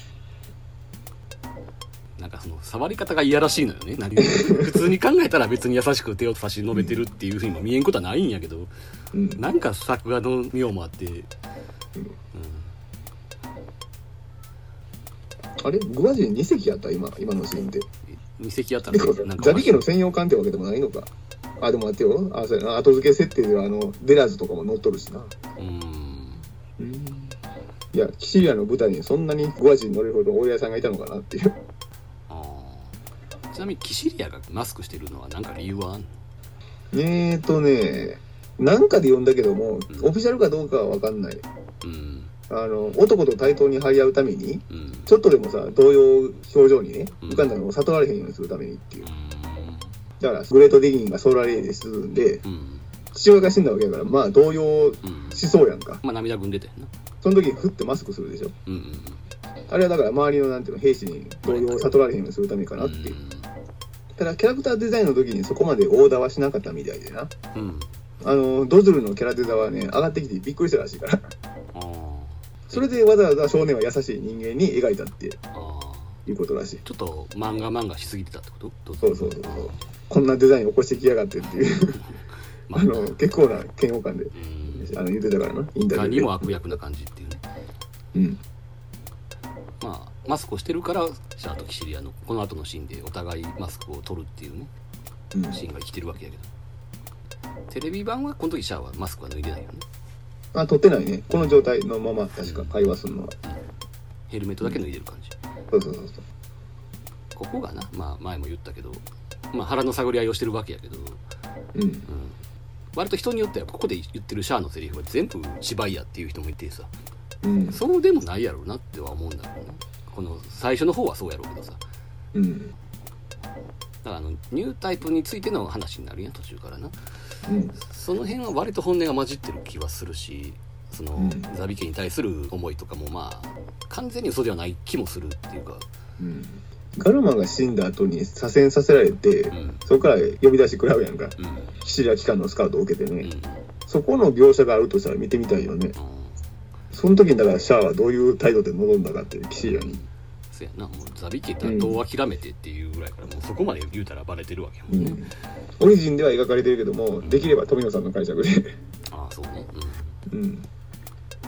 なんかその触り方がいやらしいのよね。普通に考えたら別に優しく手を差し伸べてるっていうふうにも見えんことはないんやけど、うん、なんか作画の妙もあって、うんうん、 あれグアジンに隻やった今今のシーンってに隻やったらなんかザビ家の専用艦ってわけでもないのか。あ、でも待ってよ、あ、そうやな、後付け設定ではあのデラーズとかも乗っとるしな。うーん、うん、いやキシリアの舞台にそんなにグアジン乗れるほど大家さんがいたのかなっていう。 あ、ちなみにキシリアがマスクしてるのは何か理由はあんの？ えーとね、なんかで読んだけども、うん、オフィシャルかどうかは分かんない、うん、あの男と対等に張り合うために、うん、ちょっとでもさ動揺表情にね浮かんだのを悟られへんようにするためにっていう、うん、だからグレートディギンがソーラーレイで沈んで、うん、父親が死んだわけだからまあ動揺しそうやんか、 うん、まあ涙ぐんでたよな。 その時にフッてマスクするでしょ、うんうん、あれはだから周りのなんていうの兵士に動揺を悟られへんようにするためかなっていう、うん、ただキャラクターデザインの時にそこまでオーダーはしなかったみたいでな、うん、あのドズルのキャラデザはね上がってきてびっくりしたらしいからそれでわざわざ少年は優しい人間に描いたっていうことらしい。 ちょっと漫画漫画しすぎてたってこと？ そうそうそうそう、こんなデザイン起こしてきやがってっていうあの結構な嫌悪感で、うん、あの言ってたからな、インタビューで。いかにも悪役な感じっていうね。うん。まあマスクをしてるからシャアとキシリアのこの後のシーンでお互いマスクを取るっていうね、うん、シーンが生きてるわけやけど、テレビ版はこの時シャアはマスクは脱いでないよね。 あ、取ってないね。この状態のまま確か会話するのは、うん、 ヘルメットだけ脱いでる感じ、 うん、そうそうそうそう。 ここがな、まあ前も言ったけど、まあ腹の探り合いをしてるわけやけど、うん、うん、割と人によってはここで言ってるシャアのセリフは全部芝居やっていう人もいてさ、うん、そうでもないやろうなっては思うんだけどね。この最初の方はそうやろうけどさ、うん、だからあのニュータイプについての話になるやん途中からな、うん、その辺は割と本音が混じってる気はするし、その、うん、ザビ家に対する思いとかもまあ完全に嘘ではない気もするっていうか、うん、 ガルマが死んだ後に左遷させられて、うん、そこから呼び出して食らうやんか、うん、キシリア機関のスカウトを受けてね、うん、そこの描写があるとしたら見てみたいよね、うん、その時にだからシャアはどういう態度で臨んだかっていうキシリアに、うん、 そうやな、もうザビ家打倒を諦めてっていうぐらいからもうそこまで言うたらバレてるわけやもんね、 うん、オリジンでは描かれてるけども、うん、できれば富野さんの解釈でああそうね、 うん、うん、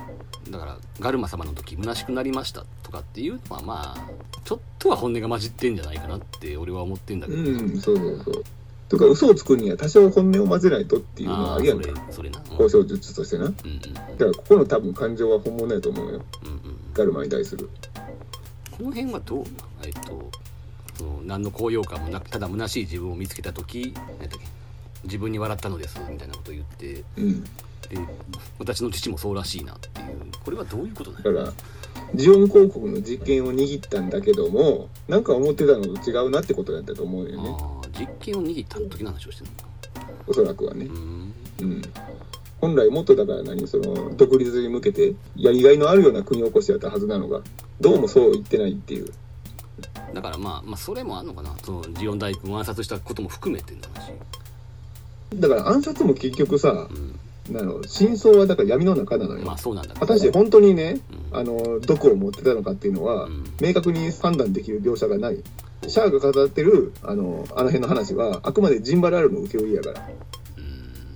だからガルマ様の時虚しくなりましたとかっていうのはまあちょっとは本音が混じってんじゃないかなって俺は思ってんだけど、 うんそうそうそうとか嘘をつくには多少本音を混ぜないとっていうのはあるやんか、 それそれな、うん、 交渉術としてな、うんうん、だからここの多分感情は本物やと思うよ、うんうん、ガルマに対するこの辺はどうえっとその何の高揚感もなくただ虚しい自分を見つけた時何だっけ自分に笑ったのですみたいなことを言って、うん、で私の父もそうらしいなっていうこれはどういうことなの？ だからジオン広告の実権を握ったんだけどもなんか思ってたのと違うなってことだったと思うよね。 あ実権を握った時の話をしてるのかおそらくはね、うん、うん、本来もっとだから何その独立に向けてやりがいのあるような国おこしやったはずなのがどうもそう言ってないっていうだからまあ、まあ、それもあんのかなそのジオン大君を暗殺したことも含めての話だから暗殺も結局さ、うんなの真相はだから闇の中なのよ。 まあそうなんだけど果たして本当にね、うん、あの毒を持ってたのかっていうのは、うん、明確に判断できる描写がない。シャアが語ってるあのあの辺の話はあくまでジンバラールの受け売りやから、うん、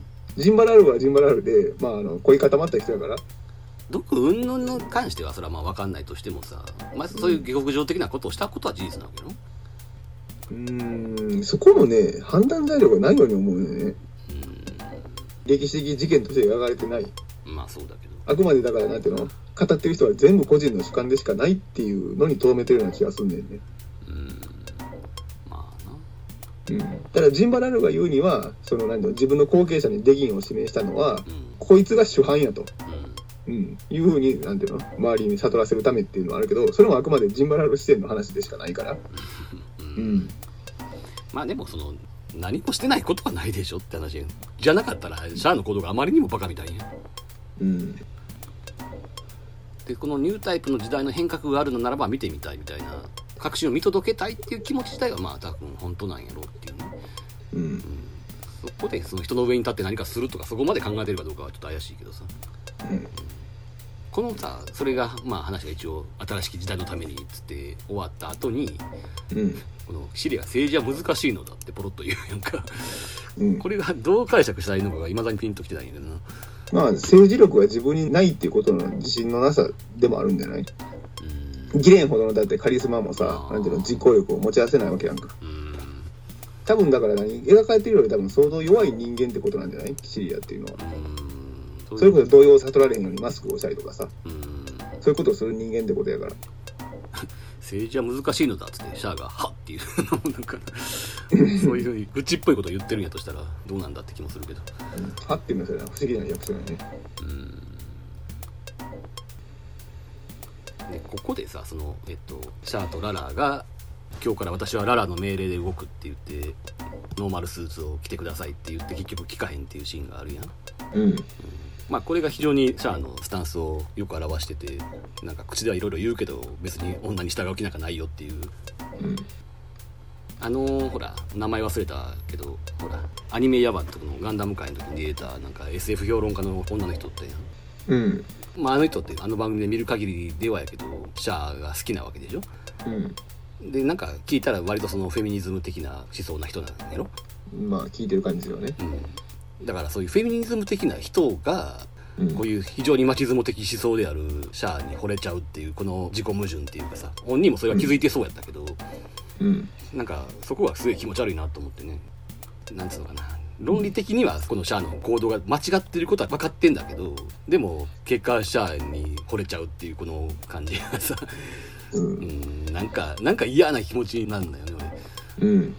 ジンバラールはジンバラールで、まあ、あの恋固まった人やから毒云々に関してはそれはまあ分かんないとしてもさ、まあ、そういう下克上的なことをしたことは事実なわけよ。 うーんそこもね判断材料がないように思うよね。歴史的事件として描かれてない。 まあそうだけどあくまでだからなんていうの語ってる人は全部個人の主観でしかないっていうのにとどめてるような気がすんねんね。 うーんまあなうん、だからジンバラルが言うにはその何だ自分の後継者にデギンを指名したのは、うん、こいつが主犯やと、うんうん、いうふうになんていうの周りに悟らせるためっていうのはあるけどそれもあくまでジンバラル視点の話でしかないから、うんうん、 まあでもその何もしてないことはないでしょって話じゃなかったらシャアの行動があまりにもバカみたいや、うん、でこのニュータイプの時代の変革があるのならば見てみたいみたいな確信を見届けたいっていう気持ち自体はまあ多分本当なんやろうっていうね、うんうん、そこでその人の上に立って何かするとかそこまで考えてるかどうかはちょっと怪しいけどさ、うん、このさそれがまあ話が一応新しき時代のためにっつって終わった後に、うん、このシリア政治は難しいのだってポロッと言うやんか、うん、これがどう解釈したらいいのかがいまだにピンときてないんだけどな。 まあ政治力は自分にないっていうことの自信のなさでもあるんじゃない？ギレンほどのだってカリスマもさなんていうの実行力を持ち合わせないわけやんか。うん多分だから何描かれてるより多分相当弱い人間ってことなんじゃないシリアっていうのは。うんそれこそ動揺を悟られへんようにマスクをしたりとかさうんそういうことをする人間ってことやから政治は難しいのだっつってシャアがはっっていうなんかそういうふうに愚痴っぽいことを言ってるんやとしたらどうなんだって気もするけど、 うん、はっていうのはそれは不思議なリアクションやね。うんでここでさその、えっと、シャアとララが今日から私はララの命令で動くって言ってノーマルスーツを着てくださいって言って結局着かへんっていうシーンがあるやん、うんうん、まあこれが非常にシャアのスタンスをよく表しててなんか口ではいろいろ言うけど別に女に従う気なんかないよっていう、うん、あのー、ほら名前忘れたけどほらアニメヤバットのガンダム界の時に出たなんか エスエフ 評論家の女の人ってやん、うんまあ、あの人ってあの番組で見る限りではやけどシャアが好きなわけでしょ、うん、でなんか聞いたら割とそのフェミニズム的な思想な人なんやろ。 まあ聞いてる感じですよね、 うん、だからそういうフェミニズム的な人がこういう非常にマチズモ的思想であるシャアに惚れちゃうっていうこの自己矛盾っていうかさ本人もそれは気づいてそうやったけど、うん、なんかそこはすごい気持ち悪いなと思ってねなんつうのかな論理的にはこのシャアの行動が間違ってることは分かってんだけどでも結果シャアに惚れちゃうっていうこの感じがさ、うん、うんなんかなんか嫌な気持ちになるんだよね俺、うん、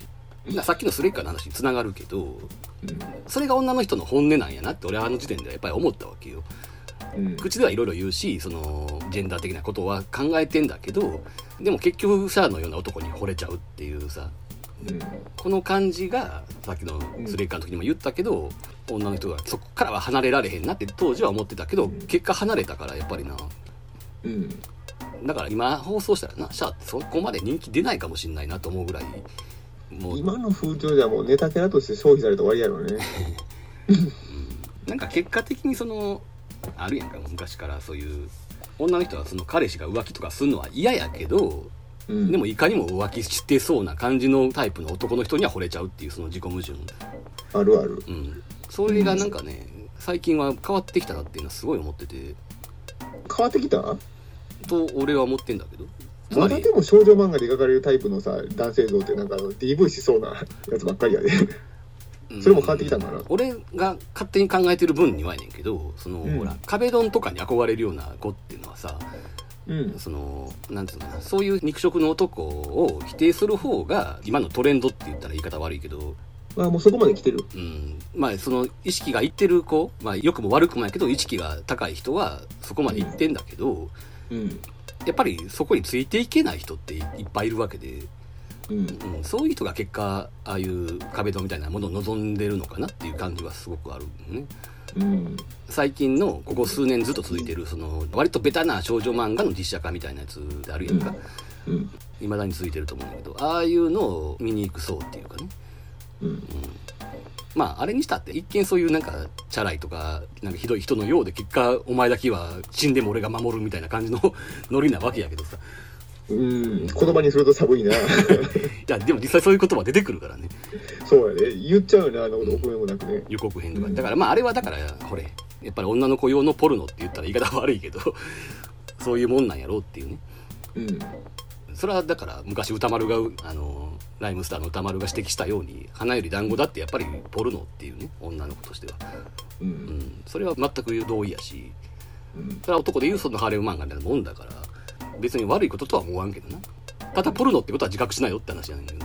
さっきのスレッカーの話につながるけど、うん、それが女の人の本音なんやなって俺はあの時点ではやっぱり思ったわけよ、うん、口ではいろいろ言うしそのジェンダー的なことは考えてんだけどでも結局シャアのような男に惚れちゃうっていうさうん、この感じがさっきのスレッカーの時にも言ったけど、うん、女の人がそこからは離れられへんなって当時は思ってたけど、うん、結果離れたからやっぱりな、うん、だから今放送したらなシャアってそこまで人気出ないかもしれないなと思うぐらいもう今の風潮ではもうネタキャラとして消費されて終わりやろうね、 うん、なんか結果的にそのあるやんか昔からそういう女の人はその彼氏が浮気とかするのは嫌やけどうん、でもいかにも浮気してそうな感じのタイプの男の人には惚れちゃうっていうその自己矛盾あるある、 うん、それがなんかね、うん、最近は変わってきたなっていうのはすごい思ってて変わってきたと俺は思ってんだけど、つまりまだでも少女漫画で描かれるタイプのさ男性像ってなんか ディーブイ しそうなやつばっかりやでそれも変わってきたんかな。 俺が勝手に考えてる分にはやねんけど、その、うん、ほら壁ドンとかに憧れるような子っていうのはさ、うん、そのなんていうのかな、そういう肉食の男を否定する方が今のトレンドって言ったら言い方悪いけど、 あもうそこまで来てる。 うん、まあその意識がいってる子、まあ良くも悪くもやけど意識が高い人はそこまでいってんだけど、うんうん、やっぱりそこについていけない人っていっぱいいるわけで。うんうん、そういう人が結果ああいう壁ドンみたいなものを望んでるのかなっていう感じはすごくあるね、うん、最近のここ数年ずっと続いてるその割とベタな少女漫画の実写化みたいなやつであるやんか、うんうん、未だに続いてると思うんだけど、ああいうのを見に行く層っていうかね、うんうん、まああれにしたって一見そういうなんかチャラいとかなんかひどい人のようで結果お前だけは死んでも俺が守るみたいな感じのノリなわけやけどさ、 うん、言葉にすると寒いな。いやでも実際そういう言葉出てくるからね。 そうやね、言っちゃうよね、あのことお米もなくね、 予告編とか、うん、だからまああれはだからこれやっぱり女の子用のポルノって言ったら言い方悪いけどそういうもんなんやろうっていうね、うん、それはだから昔歌丸があのライムスターの歌丸が指摘したように花より団子だってやっぱりポルノっていうね、女の子としては、うんうん、それは全く同意やし、うん、それは男でいうそのハレム漫画みたいなもんだから別に悪いこととは思わんけどな。ただポルノってことは自覚しないよって話なんだけど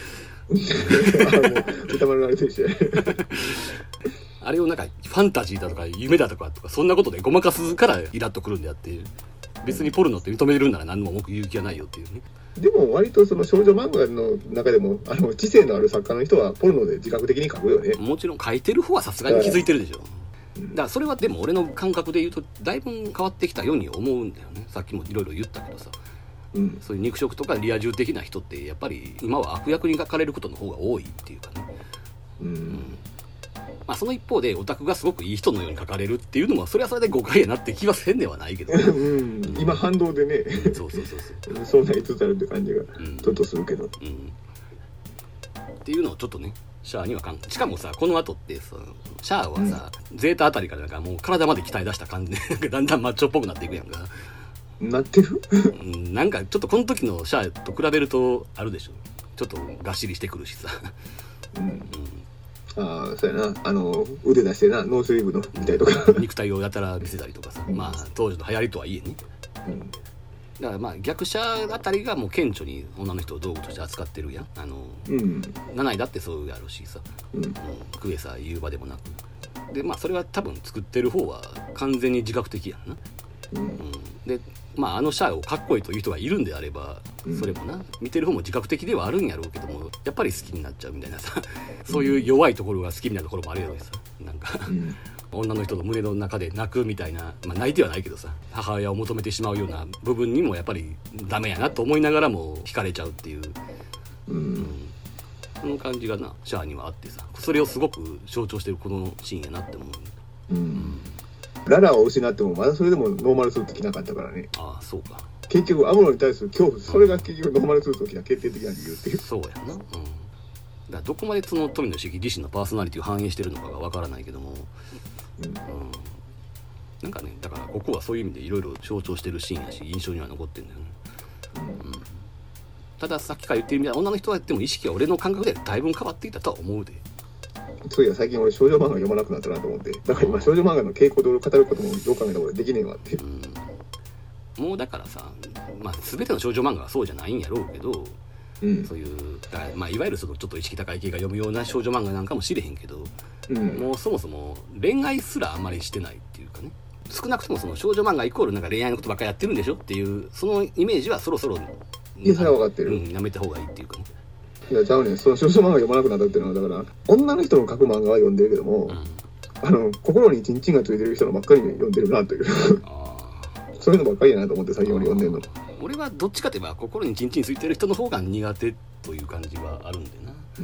歌丸のあれと一緒あれをなんかファンタジーだとか夢だとかとかそんなことでごまかすからイラッとくるんであって、別にポルノって認めるんなら何も文句言う気はないよっていうね。 でも割とその少女漫画の中でもあの知性のある作家の人はポルノで自覚的に書くよね。 もちろん書いてる方はさすがに気づいてるでしょ。だからそれはでも俺の感覚で言うとだいぶ変わってきたように思うんだよね。さっきもいろいろ言ったけどさ、うん、そういう肉食とかリア充的な人ってやっぱり今は悪役に描かれることの方が多いっていうかね、うんうん、まあその一方でオタクがすごくいい人のように描かれるっていうのもそれはそれで誤解やなって気はせんではないけど、うんうん、今反動でね、うん、そうそうそうそうそうなりつつあるって感じがちょっとするけど、うんうん、 っていうのをちょっとねシャアにはかん、しかもさこの後ってさシャアはさ、うん、ゼータあたりからなんかもう体まで鍛え出した感じでだんだんマッチョっぽくなっていくやんか。 なってるうん、なんかちょっとこの時のシャアと比べるとあるでしょ、ちょっとがっしりしてくるしさ、うんうん、ああそうやな、あの腕出してなノースリーブのみたいとか肉体をやたら見せたりとかさ、うん、まあ当時の流行りとはいえね、うん、だからまあ逆者あたりがもう顕著に女の人を道具として扱ってるやん。あの、うん、ナナイだってそうやろうしさ、うんうん、クエさ言う場でもなくで、まあそれは多分作ってる方は完全に自覚的やんな、うんうん、でまああのシャアをかっこいいという人がいるんであればそれもな、うん、見てる方も自覚的ではあるんやろうけどもやっぱり好きになっちゃうみたいなさそういう弱いところが好きになるところもあるやろうしさ、なんか、うん、女の人の胸の中で泣くみたいな、まあ泣いてはないけどさ母親を求めてしまうような部分にもやっぱりダメやなと思いながらも惹かれちゃうっていう、うんうん、その感じがなシャアにはあってさ、それをすごく象徴してるこのシーンやなって思う、うんうんララを失ってもまだそれでもノーマルスーツ着なかったからね。 ああそうか。 結局アムロに対する恐怖、それが結局ノーマルスーツを着た決定的な理由っていう。 そうやな。うん。だからどこまでその富野茂自身のパーソナリティを反映してるのかがわからないけども、うん、うん、なんかねだからここはそういう意味でいろいろ象徴してるシーンやし印象には残ってるんだよね。うん。うん、たださっきから言ってるみたいな女の人はやっても意識は俺の感覚でだいぶ変わっていたとは思うで。 そういや最近俺少女漫画読まなくなったなと思って、だから今少女漫画の傾向で語ることもどう考えたらできねえわって、 うん、もうだからさ、まあ、全ての少女漫画はそうじゃないんやろうけど、うん、そういうだから、まあ、いわゆるそのちょっと意識高い系が読むような少女漫画なんかもしれへんけど、うん、もうそもそも恋愛すらあんまりしてないっていうかね、少なくともその少女漫画イコールなんか恋愛のことばっかりやってるんでしょっていうそのイメージはそろそろいやそれは分かってる、 うん、やめた方がいいっていうかね。 いやちゃうねん、その少女漫画読まなくなったっていうのはだから女の人の書く漫画は読んでるけども、うん、あの心にチンチンがついてる人のばっかり読んでるなというあそういうのばっかりやなと思って最近俺読んでるの。 俺はどっちかといえば心にチンチンついてる人の方が苦手という感じはあるんでな、うん、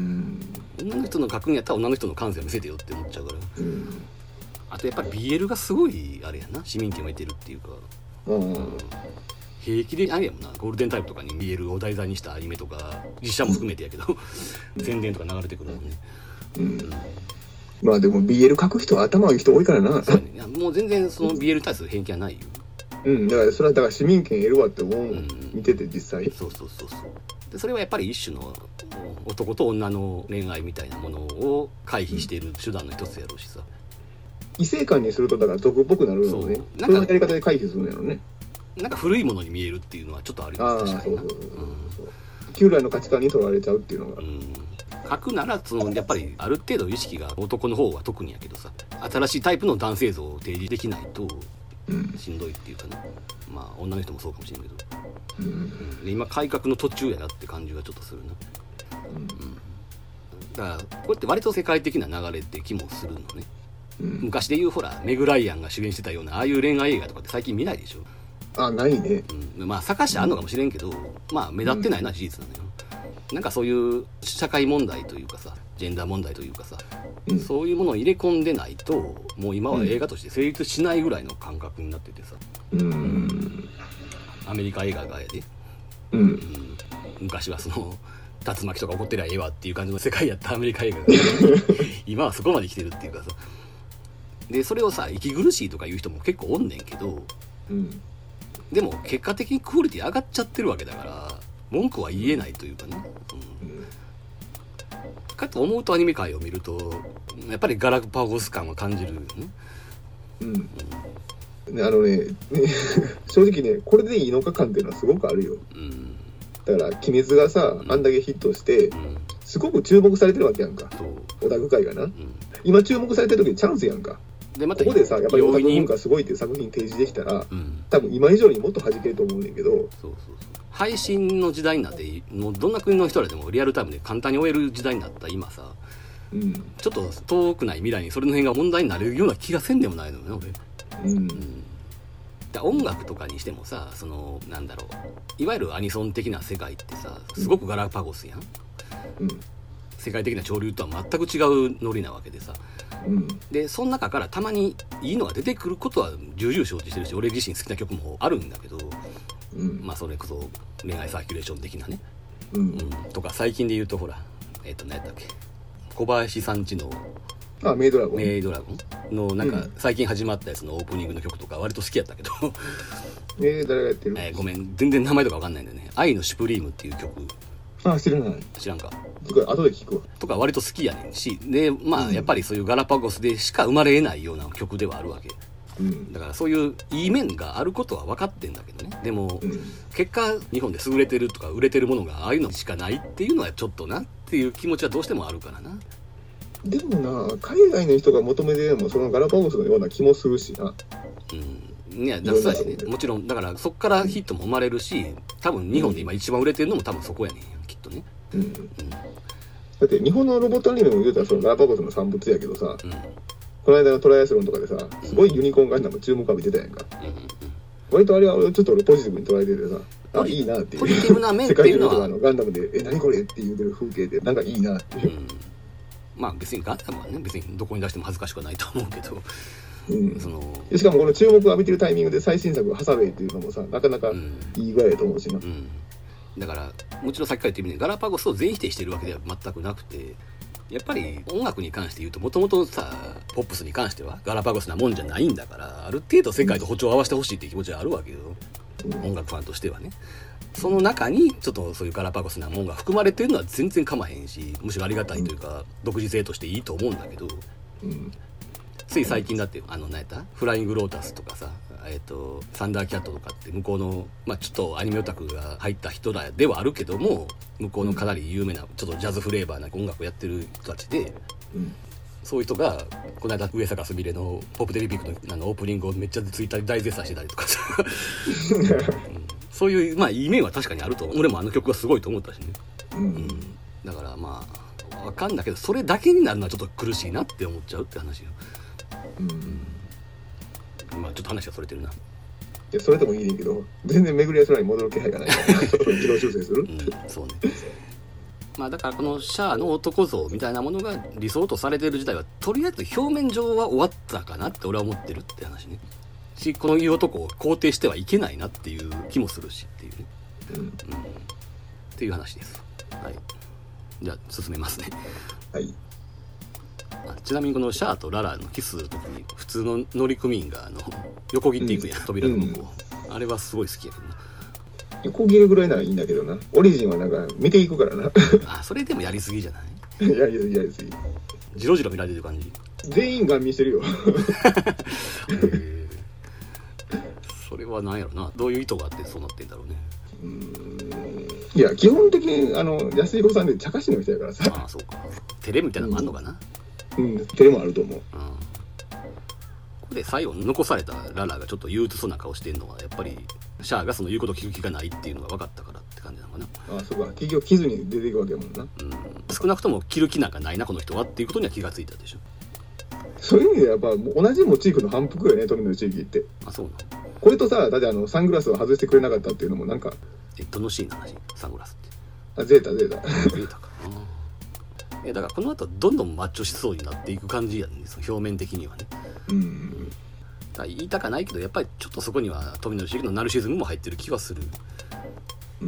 女の人の書くんやったら女の人の感性を見せてよって思っちゃうから、うん、あとやっぱり ビーエル がすごいあれやな、市民権を得てるっていうか、うん、うん平気であれやもんな、ゴールデンタイムとかに ビーエル を題材にしたアニメとか実写も含めてやけど宣伝とか流れてくるもんね、うんうん、 まあでも ビーエル 書く人は頭いい人多いからな。 そう、ね、いやもう全然その ビーエル に対する偏見はないよ、 うん、だからそれはだから市民権得るわって思う、うん、見てて実際そうそうそうそうでそれはやっぱり一種の男と女の恋愛みたいなものを回避している手段の一つやろうしさ、 異性間にするとだから毒っぽくなるのね。そんなやり方で回避するんやろね。 なんか古いものに見えるっていうのはちょっとありますね。そうそうそうそう、 うん、旧来の価値観にとらわれちゃうっていうのが、うん、 書くならそのやっぱりある程度意識が男の方は特にやけどさ、新しいタイプの男性像を提示できないとしんどいっていうかね、うん、まあ女の人もそうかもしれんけど、うんうん、で今改革の途中やなって感じがちょっとするな、うんうん、だからこれって割と世界的な流れって気もするのね、うん、昔で言うほらメグライアンが主演してたようなああいう恋愛映画とかって最近見ないでしょ。 あ、ないね、 うん、まあ探してあるのかもしれんけど、まあ目立ってないのは事実なのよ、うん、なんかそういう社会問題というかさ、ジェンダー問題というかさ、うん、そういうものを入れ込んでないともう今は映画として成立しないぐらいの感覚になっててさ、うん、アメリカ映画がやで、うんうん、昔はその竜巻とか起こってりゃええわっていう感じの世界やったアメリカ映画が今はそこまで来てるっていうかさ、でそれをさ息苦しいとか言う人も結構おんねんけど、うん、でも結果的にクオリティ上がっちゃってるわけだから文句は言えないというかね、うんうん、かと思うとアニメ界を見るとやっぱりガラパゴス感を感じるよね、 うんうん、あのね正直ねこれでいいのか感っていうのはすごくあるよ、うん、だから鬼滅がさ、うん、あんだけヒットして、うん、すごく注目されてるわけやんか、オタク界がな、うん、今注目されてる時にチャンスやんか。でまたここでさやっぱりオタク文化すごいっていう作品提示できたら、うん、多分今以上にもっと弾けると思うねんけど、そうそうそう配信の時代になってもうどんな国の人らでもリアルタイムで簡単に終える時代になった今さ、うん、ちょっと遠くない未来にそれの辺が問題になるような気がせんでもないのよね俺、うんうん、だ音楽とかにしてもさそのなんだろういわゆるアニソン的な世界ってさすごくガラパゴスやん、うん、世界的な潮流とは全く違うノリなわけでさ、うん、でその中からたまにいいのが出てくることは重々承知してるし俺自身好きな曲もあるんだけど、うん、まあそれこそ恋愛サーキュレーション的なね、うんうん、とか最近で言うとほらえっ、ー、と何やったっけ小林さんちのあメイドラゴンメイドラゴンのなんか最近始まったやつのオープニングの曲とか割と好きやったけどえー、誰がやってる、 えー、ごめん全然名前とか分かんないんだよね。愛のシュプリームっていう曲あ知らない知らんかとか後で聞くわとか割と好きやねんしでまあやっぱりそういうガラパゴスでしか生まれ得ないような曲ではあるわけ、うん、だからそういういい面があることは分かってんだけどね。でも、うん、結果日本で優れてるとか売れてるものがああいうのしかないっていうのはちょっとなっていう気持ちはどうしてもあるからな。 でもな海外の人が求めてるのもそのガラパゴスのような気もするしな。 うん、いやだからそうやしねもちろんだからそっからヒットも生まれるし多分日本で今一番売れてるのも多分そこやねんきっとね、うんうん、だって日本のロボットアニメも言うたらそのガラパゴスの産物やけどさ、うん、この間のトライアスロンとかでさすごいユニコーンガンダム注目浴びてたやんか、うんうんうん、割とあれはちょっと俺ポジティブに捉えててさあいいなっていうポジティブな面っていうのは世界中の人があのガンダムでえ何これって言うてる風景でなんかいいなっていう、うん、 まあ別にガンダムはね別にどこに出しても恥ずかしくはないと思うけど、うん、そのしかもこの注目を浴びてるタイミングで最新作を挟めっていうのもさなかなかいいぐらいだと思うしな、うんうん、 だからもちろんさっきから言ってみてガラパゴスを全否定してるわけでは全くなくてやっぱり音楽に関して言うともともとさポップスに関してはガラパゴスなもんじゃないんだからある程度世界と歩調を合わせてほしいっていう気持ちはあるわけよ、うん、音楽ファンとしてはね。その中にちょっとそういうガラパゴスなもんが含まれてるのは全然構へんしむしろありがたいというか、うん、独自性としていいと思うんだけど、うん、つい最近だってあの何やったフライングロータスとかさ、えー、とサンダーキャットとかって向こうの、まあ、ちょっとアニメオタクが入った人らではあるけども向こうのかなり有名なちょっとジャズフレーバーな音楽をやってる人たちで、うん、そういう人がこの間上坂すみれのポップテレビピック の, あのオープニングをめっちゃツイッターで大絶賛してたりとかさ、うん、そういうまあいい面は確かにあると俺もあの曲はすごいと思ったしね、うんうん、だからまあ分かんだけどそれだけになるのはちょっと苦しいなって思っちゃうって話よ、うん、まあちょっと話がそれてるな。 いやそれでもいいねんけど全然巡り合い空に戻る気配がないからちょっと軌道修正する、うん、 そうねまあだからこのシャアの男像みたいなものが理想とされてる時代はとりあえず表面上は終わったかなって俺は思ってるって話ねしこのいう男を肯定してはいけないなっていう気もするしっていうね、うんうん、っていう話です。はいじゃあ進めますね。 はいちなみにこのシャアとララのキスするときに普通の乗組員があの横切っていくやん、うん、扉の向こう、 あれはすごい好きやけどな。 横切るぐらいならいいんだけどな。オリジンはなんか見ていくからな。 あ、それでもやりすぎじゃないいやいやいやいやすぎ。 ジロジロ見られてる感じ。 全員ガン見してるよ。 えー、それは何やろな。どういう意図があってそうなってんだろうね。 うーん、いや基本的にあの安彦さんで茶化しの人やからさ。 ああそうか。照れみたいなのもあんのかな。 うん、照れもあると思う。うん、 ここで最後残されたララがちょっと憂鬱そうな顔してるのはやっぱりシャアがその言うことを聞く気がないっていうのが分かったからって感じなのかな。 ああそうか。結局傷に出ていくわけやもんな。うん、 少なくとも着る気なんかないなこの人はっていうことには気がついたでしょ。 そういう意味でやっぱ同じモチーフの反復よね、富野地域って。あ、 そうなの。 これとさ、だってあのサングラスを外してくれなかったっていうのもなんか。 え、どのシーンの話？サングラスって。 あ、ゼータゼータ。 ゼータか。いやだからこの後どんどんマッチョしそうになっていく感じやね、その表面的にはね。うん。だ言いたかないけどやっぱりちょっとそこには富野茂のナルシズムも入ってる気はする。 うん。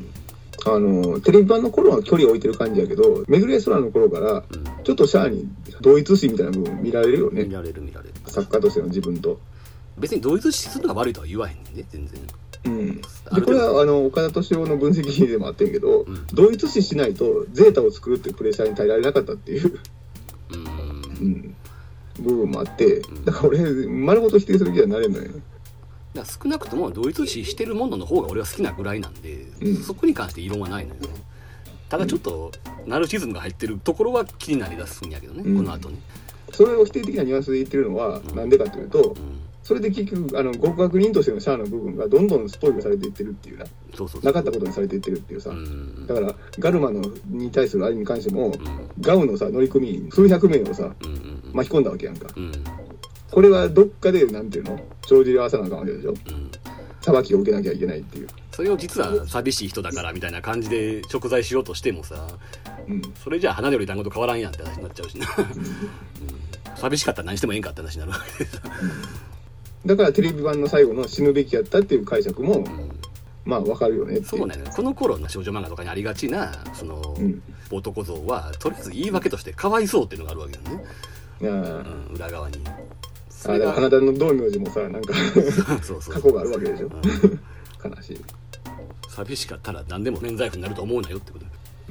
あのテレビ版の頃は距離を置いてる感じやけど、めぐれ空の頃から、うん、ちょっとシャアに同一視みたいな部分見られるよね。 見られる見られる。 作家としての自分と。 別に同一視するのが悪いとは言わへんねんね、全然。うん、でこれはあの岡田敏夫の分析でもあってんけど、うん、同一視しないとゼータを作るっていうプレッシャーに耐えられなかったっていう、うんうん、部分もあって、だから俺丸ごと否定する気はなれんのよ。 だから少なくとも同一視してるものの方が俺は好きなぐらいなんで、うん、そこに関して異論はないのよね。ただちょっとナルシズムが入ってるところは気になりだすんやけどね、うん、この後ね。それを否定的なニュアンスで言ってるのはなんでかというと、うんうん、それで結局あの極悪人としてのシャアの部分がどんどんスポイルされていってるっていうな、そうそうそう、なかったことにされていってるっていうさ、うん、だからガルマのに対するあれに関しても、うん、ガウのさ乗組員数百名をさ、うんうん、巻き込んだわけやんか、うん、これはどっかでなんていうの帳尻合わせなあかんわけでしょ、うん、裁きを受けなきゃいけないっていう。 それを実は寂しい人だからみたいな感じで贖罪しようとしてもさ、うん、それじゃあ花より団子と変わらんやんって話になっちゃうしな、うん、寂しかったら何してもええんかって話になるわけでさ、 だからテレビ版の最後の死ぬべきやったっていう解釈も、うん、まあわかるよねっていう。 そうね、この頃の少女漫画とかにありがちなその、うん、男像はとりあえず言い訳としてかわいそうっていうのがあるわけよね、うん、裏側に。 あだから花田の道明寺もさなんかそうそう過去があるわけでしょ、うん、悲しい。 寂しかったら何でも免罪符になると思うなよってこと、うん、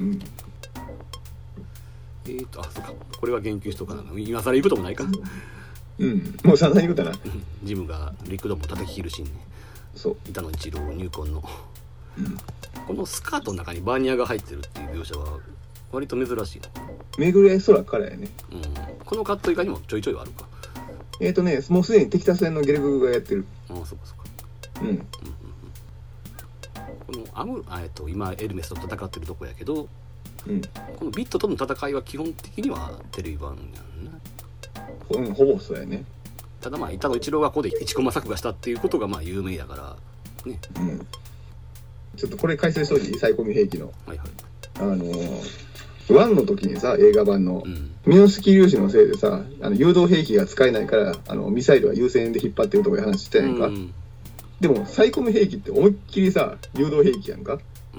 えーとあそうか、これは言及しとかな、今更言うこともないか、 うん、もう散々言うたな。 ジムがリクドンも叩き切るシーンね。そう板野一郎入魂の、うん、このスカートの中にバーニアが入ってるっていう描写は割と珍しいな。 めぐれ空からやね、 うん、このカット以外にもちょいちょいはあるか。 えーとねもうすでにテキサス編のゲルグがやってる。 ああそうかそうか。うん、うんうんうん、このアムあえっと今エルメスと戦ってるとこやけど、うん、このビットとの戦いは基本的にはテレビ版やんな。 うん、ほぼそうやね。 ただまあ板野一郎がここで一コマ作画したっていうことがまあ有名やからね、うん、 ちょっとこれ解説してほしい。サイコミ兵器の、はいはい、あのワンの時にさ映画版の、うん、ミノスキー粒子のせいでさあの誘導兵器が使えないからあのミサイルは優先で引っ張ってるとかいう話してないか、うん、でもサイコミ兵器って思いっきりさ誘導兵器やんか、うん、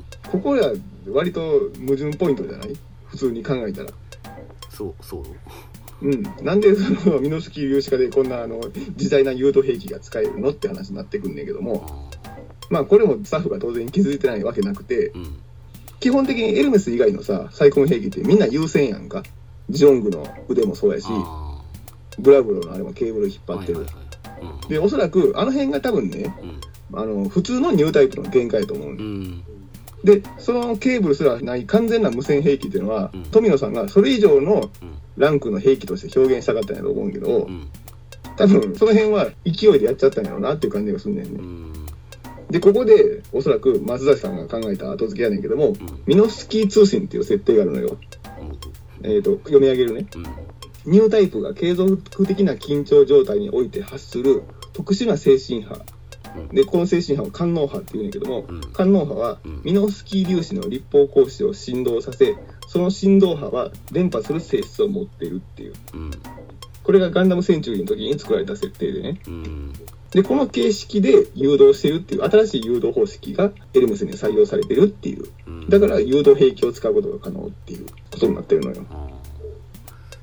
ここは割と矛盾ポイントじゃない？普通に考えたら。 そうそううん、なんでそのミノスキー粒子化でこんなあの自在な誘導兵器が使えるのって話になってくんねんけども、まあこれもスタッフが当然気づいてないわけなくて、うん、基本的にエルメス以外のさサイコミ兵器ってみんな優先やんか。ジョングの腕もそうやしブラブロのあれもケーブル引っ張ってる、はいはいはい、うん、でおそらくあの辺が多分ね、うん、あの普通のニュータイプの限界と思う、うん、でそのケーブルすらない完全な無線兵器っていうのは、うん、富野さんがそれ以上のランクの兵器として表現したかったんやと思うけど、うん、多分その辺は勢いでやっちゃったんやろうなっていう感じがすんねんね、うん、でここでおそらく松崎さんが考えた後付けやねんけども、うん、ミノスキー通信っていう設定があるのよ、うん、えーと読み上げるね、うん、ニュータイプが継続的な緊張状態において発する特殊な精神波でこの精神波を官能波っていうんだけども、うん、官能波はミノスキー粒子の立方格子を振動させその振動波は伝播する性質を持っているっていう、うん、これがガンダムセンチュリーの時に作られた設定でね、うん、でこの形式で誘導してるっていう新しい誘導方式がエルメスに採用されてるっていう、うん、だから誘導兵器を使うことが可能っていうことになってるのよ、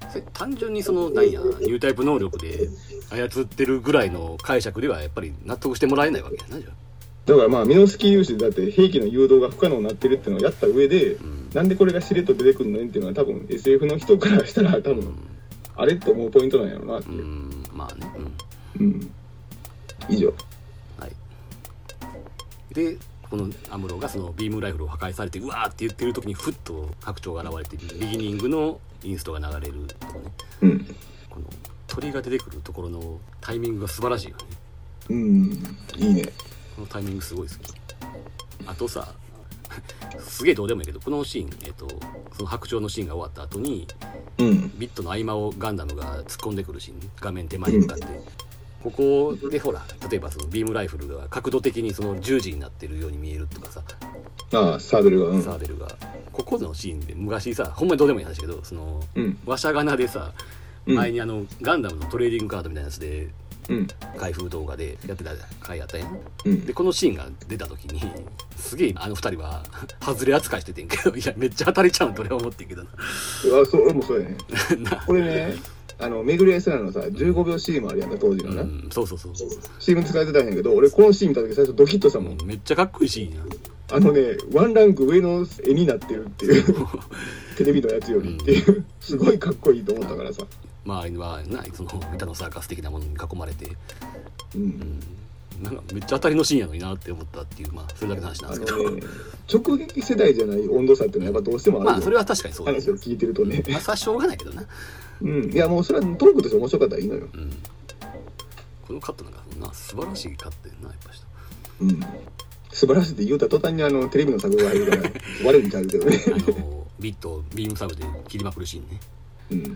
それ単純にそのなんやニュータイプ能力で操ってるぐらいの解釈ではやっぱり納得してもらえないわけやな。じゃあだからまあミノスキー粒子だって兵器の誘導が不可能になってるっていうのをやった上で、うん、なんでこれがしれっと出てくるのねっていうのは多分 エスエフ の人からしたら多分、うん、あれって思うポイントなんやろうなって。うん、まあね、うん、うん、以上。 はい。でこのアムロがそのビームライフルを破壊されてうわーって言ってる時にふっと白鳥が現れてビギニングのインストが流れるとかね、うん、この鳥が出てくるところのタイミングが素晴らしいよね。 うん、いいね。 このタイミングすごい好き。あとさすげえどうでもいいけどこのシーン、えっと、その白鳥のシーンが終わった後に、うん、ビットの合間をガンダムが突っ込んでくるシーン、ね、画面手前に向かって、うん、ここでほら例えばそのビームライフルが角度的にその十字になってるように見えるとかさ、 ああサーベルが、うん、 サーベルがここのシーンで昔さほんまにどうでもいい話だけどその、うん、ワシャガナでさ前にあのガンダムのトレーディングカードみたいなやつで、うん、開封動画でやってた回あったやん、うん、でこのシーンが出た時にすげえあの二人は外れ扱いしててんけどいやめっちゃ当たりちゃうんと俺は思ってんけどな。 あそう俺もそうやねこれねあの巡り合いすらのさじゅうごびょうシーンもあるやんか当時のな、うん、そうそうそうシーン使えてたんやけど俺このシーン見た時最初ドキッとしたもん、 うん、めっちゃかっこいいシーンやん。 あのねワンランク上の絵になってるっていうテレビのやつよりっていう、うん、すごいかっこいいと思ったからさ周りはなその歌のサーカス的なものに囲まれて、うんうん、なんかめっちゃ当たりのシーンやのになって思ったっていうまあそれだけの話なんですけど、ね、 直撃世代じゃない温度差っていうのはやっぱどうしてもあるよ、 まあそれは確かにそうだ、ね、 話を聞いてるとねまあそれはしょうがないけどな、 うん、いやもうそれはトークとして面白かったらいいのよ、うん、 このカットなんかな素晴らしいカットやなやっぱし、 うん、素晴らしいって言うたら途端にあのテレビの作画が入るから悪いみたいだけどねあのビットビームサブで切りまくるシーンね、うん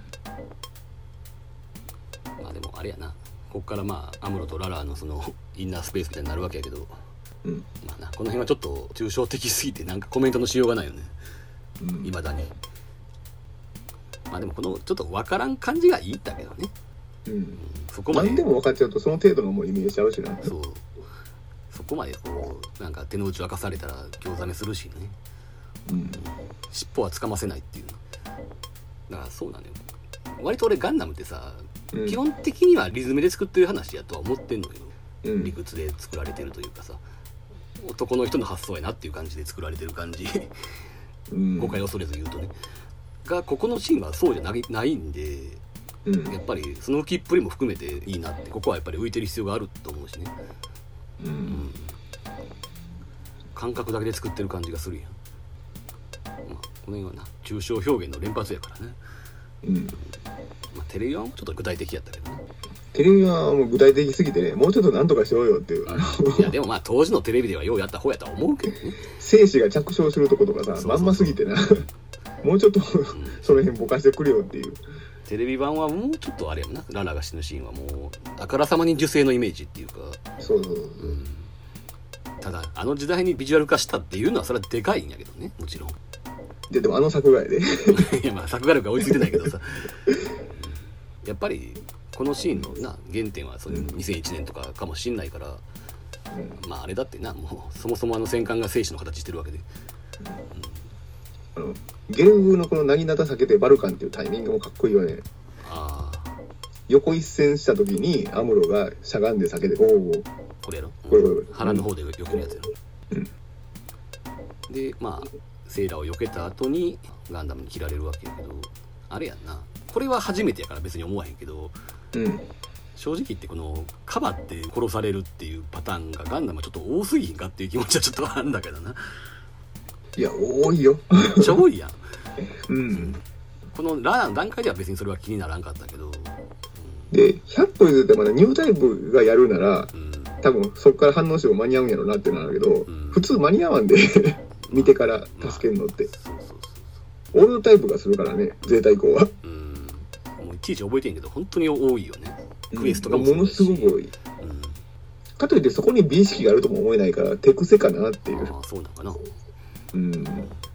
まあでもあれやなここからまあアムロとララのそのインナースペースみたいになるわけやけど、うん、まあなこの辺はちょっと抽象的すぎてなんかコメントのしようがないよね、うん、未だに。まあでもこのちょっと分からん感じがいいんだけどね、うんうん、そこまで何でも分かっちゃうとその程度のもうイメージしちゃうしな。 そうそこまでこうなんか手の内明かされたら興ざめするしね、うん、尻尾はつかませないっていうだからそうなのよ。割と俺ガンダムってさ、うん、基本的にはリズムで作ってる話やとは思ってんのよ、うん、理屈で作られてるというかさ男の人の発想やなっていう感じで作られてる感じ、うん、誤解を恐れず言うとねがここのシーンはそうじゃない、ないんで、うん、やっぱりその浮きっぷりも含めていいなってここはやっぱり浮いてる必要があると思うしね、うんうん、感覚だけで作ってる感じがするやん、まあ、このような抽象表現の連発やからね、うんまあ、テレビはもちょっと具体的やったけどね。 テレビはもう具体的すぎてねもうちょっとなんとかしようよっていう、うん、 いやでもまあ当時のテレビではようやった方やとは思うけどね生死が着床するとことかさそうそうそうまんますぎてなもうちょっと、うん、その辺ぼかしてくれよっていう。 テレビ版はもうちょっとあれやもんなララが死ぬシーンはもうあからさまに受精のイメージっていうかそうそうそう、うん、 ただあの時代にビジュアル化したっていうのはそれはでかいんやけどねもちろんででもあの作画やでいやまあ作画力が追いついてないけどさやっぱりこのシーンのな原点はそれにせんいちねんとかかもしんないから、うん、まああれだってなもうそもそもあの戦艦が生死の形してるわけで、 うん、あのゲルグのこの薙刀避けてバルカンっていうタイミングもかっこいいわね。あ横一線した時にアムロがしゃがんで避けておおこれやろこれこれこれ腹の方で避けるやつやろ、うん、でまあセイラを避けた後にガンダムに切られるわけやけどあれやんなこれは初めてやから別に思わへんけど、うん、正直言ってこのかばって殺されるっていうパターンがガンダムはちょっと多すぎんかっていう気持ちはちょっとあるんだけどな。 いや多いよめっちゃ多いやん、 うん、 このラーの段階では別にそれは気にならんかったけど、うん、 でひゃっぽ譲ってまだニュータイプがやるなら、うん、多分そこから反応しても間に合うんやろうなっていうのはあるけど、うん、普通間に合わんで見てから助けるのって、まあまあ、そうそうそうそうオールドタイプがするからねゼータ以降は、うん、 もういちいち覚えてんけど本当に多いよね、うん、クエストがもものすごく多い、うん、かといってそこに美意識があるとも思えないから手癖かなっていう。 ああそうなのかな。うん、こ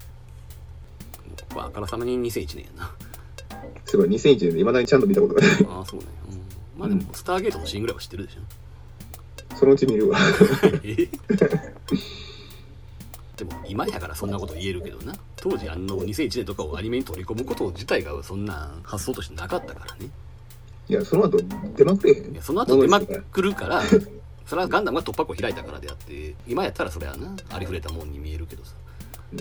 こはあからさまににせんいちねんやな。 すごいにせんいちねんでいまだにちゃんと見たことがない。 ああそうね、うん、まあでも、うん、スターゲートのシーンぐらいは知ってるでしょ。 そのうち見るわえでも今やからそんなこと言えるけどな、当時あのにせんいちねんとかをアニメに取り込むこと自体がそんな発想としてなかったからね。 いやその後出まくれへん。 いやその後出まくるからそれはガンダムが突破口を開いたからであって、今やったらそれはなありふれたもんに見えるけどさ、うん、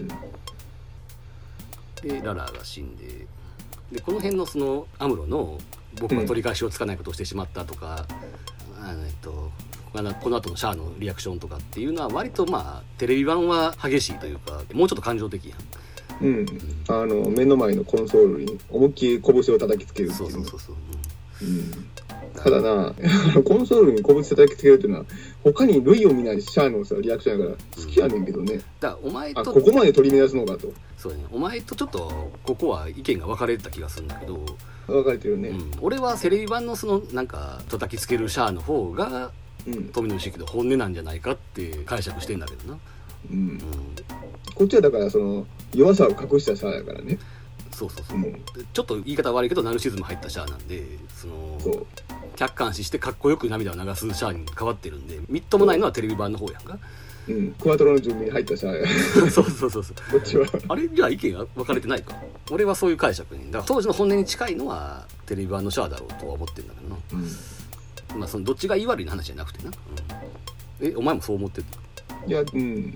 でララが死んで、でこの辺のそのアムロの僕が取り返しをつかないことをしてしまったとか、うん、あのえっとこの後のシャアのリアクションとかっていうのは割とまあテレビ版は激しいというか、もうちょっと感情的やん。 うん、うん、あの目の前のコンソールに思いっきり拳を叩きつけるっていう。 そうそうそうそう、 うん、ただなコンソールに拳叩きつけるっていうのは他に類を見ないシャアのさリアクションやから好きやねんけどね、うん、 だからお前とあここまで取り乱すのかと。 そうね、お前とちょっとここは意見が分かれてた気がするんだけど、 分かれてるね、うん、 俺はテレビ版のそのなんか叩きつけるシャアの方が、うん、富野義行の本音なんじゃないかって解釈してんだけどな、うんうん、 こっちはだからその弱さを隠したシャアやからね。 そうそうそう、うん、ちょっと言い方悪いけどナルシズム入ったシャアなんで、そのそう客観視してかっこよく涙を流すシャアに変わってるんで、みっともないのはテレビ版の方やんか。 うん、クワトロの準備に入ったシャアやそうそうそうそうこっちはあれじゃあ意見が分かれてないか。俺はそういう解釈に、だから当時の本音に近いのはテレビ版のシャアだろうとは思ってるんだけどな、うん、まあそのどっちがいい悪いの話じゃなくてな、うん、えお前もそう思ってる？ いや、うん、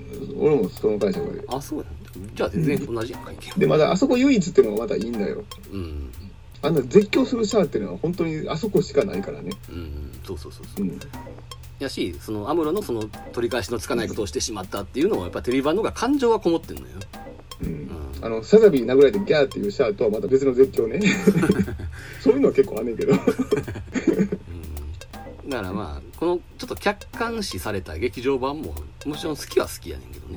俺もその解釈で。 あ、そうや、じゃあ全然同じやんか、意見。 でまだあそこ唯一っていうのがまたいいんだよ、うん、あんな絶叫するシャアっていうのは本当にあそこしかないからね。 うん、そうそうそうそう、うん、やし、そのアムロのその取り返しのつかないことをしてしまったっていうのはやっぱテレビ版の方が感情がこもってんのよ、 うんうん、あのサザビー殴られてギャーっていうシャアとはまた別の絶叫ねそういうのは結構あんねんけど、うん、 だからまあこのちょっと客観視された劇場版ももちろん好きは好きやねんけどね、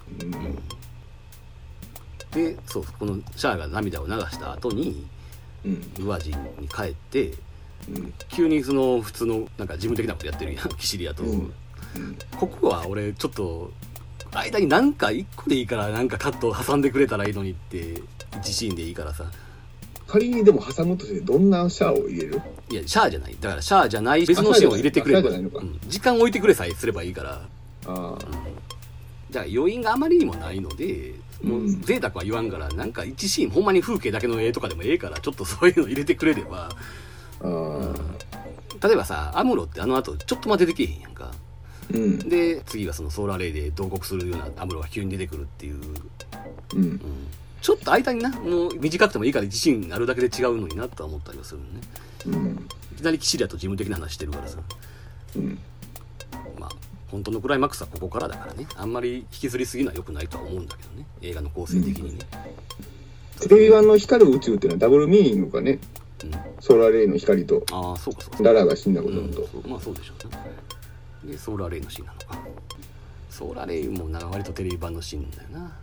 うん、でそうこのシャアが涙を流した後に、うん、グアジンに帰って、うん、急にその普通のなんか事務的なことやってるやんキシリアと、うんうん、ここは俺ちょっと間になんかいっこでいいからなんかカットを挟んでくれたらいいのにっていちシーンでいいからさ。 仮にでも挟むとしてどんなシャアを入れる？いやシャアじゃない、だからシャアじゃない別のシーンを入れてくればいい、うん、時間置いてくれさえすればいいから。あ、うん、じゃあ余韻があまりにもないのでもう贅沢は言わんから、なんかいちシーンほんまに風景だけの絵とかでもええからちょっとそういうの入れてくれれば、あ、うん、例えばさアムロってあの後ちょっとまで出てけへんやんか、うん、で次がそのソーラーレイで同国するようなアムロが急に出てくるっていう、うんうん、ちょっと間になもう短くてもいいからいちシーンあるだけで違うのになとは思ったりはするのね、うん、いきなりキシリアと事務的な話してるからさ、うん、まあ本当のクライマックスはここからだからね、あんまり引きずりすぎるのは良くないとは思うんだけどね、映画の構成的にね、 うん、テレビ版の光る宇宙っていうのはダブルミーニングかね、うん、ソーラーレイの光とあそうかそうかララが死んだことと、うん、 そうまあそうでしょうね。でソーラーレイのシーンなのか、ソーラーレイもな割とテレビ版のシーンだよな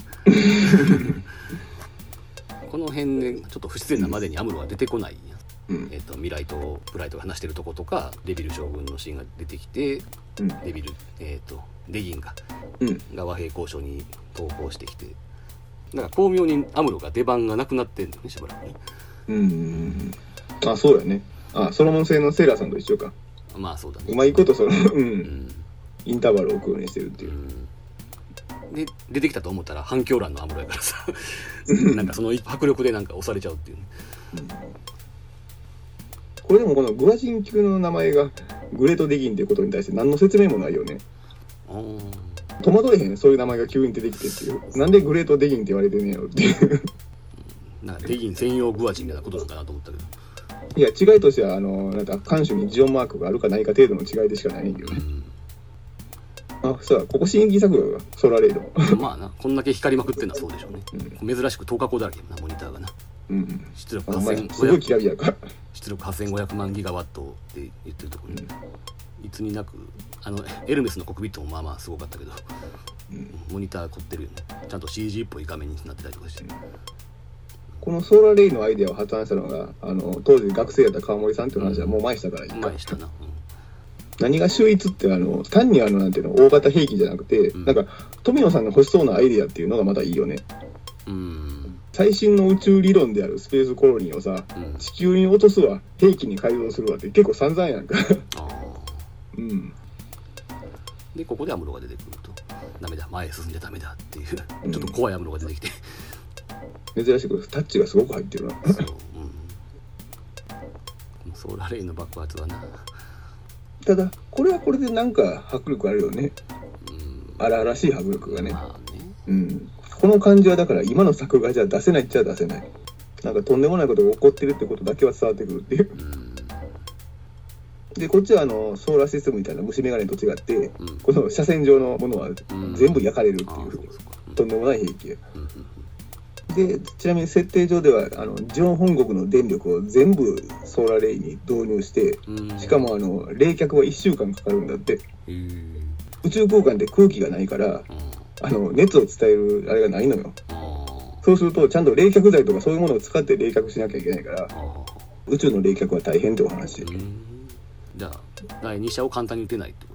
この辺でちょっと不自然なまでにアムロは出てこないや、うんえー、と未来とブライトが話してるとことかデビル将軍のシーンが出てきて、うん、デビル、えー、とデギンが、うん、が和平交渉に投降してきて、だから巧妙にアムロが出番がなくなってんだよねしばらくね。うん、 あそうだね、あソロモン製のセーラーさんと一緒か。 まあそうだね、 うまいことその、うんうん、インターバルを置くようにしてるっていう、 うん、で出てきたと思ったら反響欄のアムロやからさなんかその迫力でなんか押されちゃうっていう、ねうん、 これでもこのグアジン級の名前がグレートデギンっていうことに対して何の説明もないよね。戸惑えへん、そういう名前が急に出てきてっていう、なんでグレートデギンって言われてんねやろっていうなんかデギン専用グアジンみたいなことなんかなと思ったけど、 いや違いとしてはあのなんか艦首にジオンマークがあるかないか程度の違いでしかないんだけどね、うん、あそうだ、ここ新規作画がソーラーレイドまあな、こんだけ光りまくってんのはそうでしょうね、うん、珍しく透過光だらけやなモニターがな、うん、出力はちせんごひゃくすごいきらびやか出力はっせんごひゃくまんギガワットって言ってるところに、うん、いつになくあのエルメスのコックピットもまあまあすごかったけど、うん、モニター凝ってるよね、ちゃんと シージー っぽい画面になってたりとかして、うん、 このソーラーレイのアイデアを発案したのがあの当時学生やった川森さんっていう話はもう前したからいいか、 前したな、うん、 何が秀逸ってあの単にあのなんていうの大型兵器じゃなくて、うん、なんか富野さんが欲しそうなアイデアっていうのがまたいいよね、うん、最新の宇宙理論であるスペースコロニーをさ、うん、地球に落とすわ兵器に改造するわって結構散々やんかあ、 うん、でここでアムロが出てくると、 ダメだ前へ進んじゃダメだっていうちょっと怖いアムロが出てきて、 うん、珍しくタッチがすごく入ってるなそう、 うん、ソーラーレインの爆発はな、 ただこれはこれでなんか迫力あるよね、うん、荒々しい迫力がね、まあね、うん、この感じはだから今の作画じゃ出せないっちゃ出せない、なんかとんでもないことが起こってるってことだけは伝わってくるっていう、うんでこっちはあのソーラーシステムみたいな虫眼鏡と違って、うん、この車線上のものは全部焼かれるっていう、うん、とんでもない兵器や、うん、でちなみに設定上ではあのジオン本国の電力を全部ソーラーレイに導入して、うん、しかもあの冷却はいっしゅうかんかかるんだって、うん、宇宙空間って空気がないから、うん、あの熱を伝えるあれがないのよ、うん、そうするとちゃんと冷却剤とかそういうものを使って冷却しなきゃいけないから、うん、宇宙の冷却は大変ってお話、うんじゃあだいに射を簡単に撃てないってこと、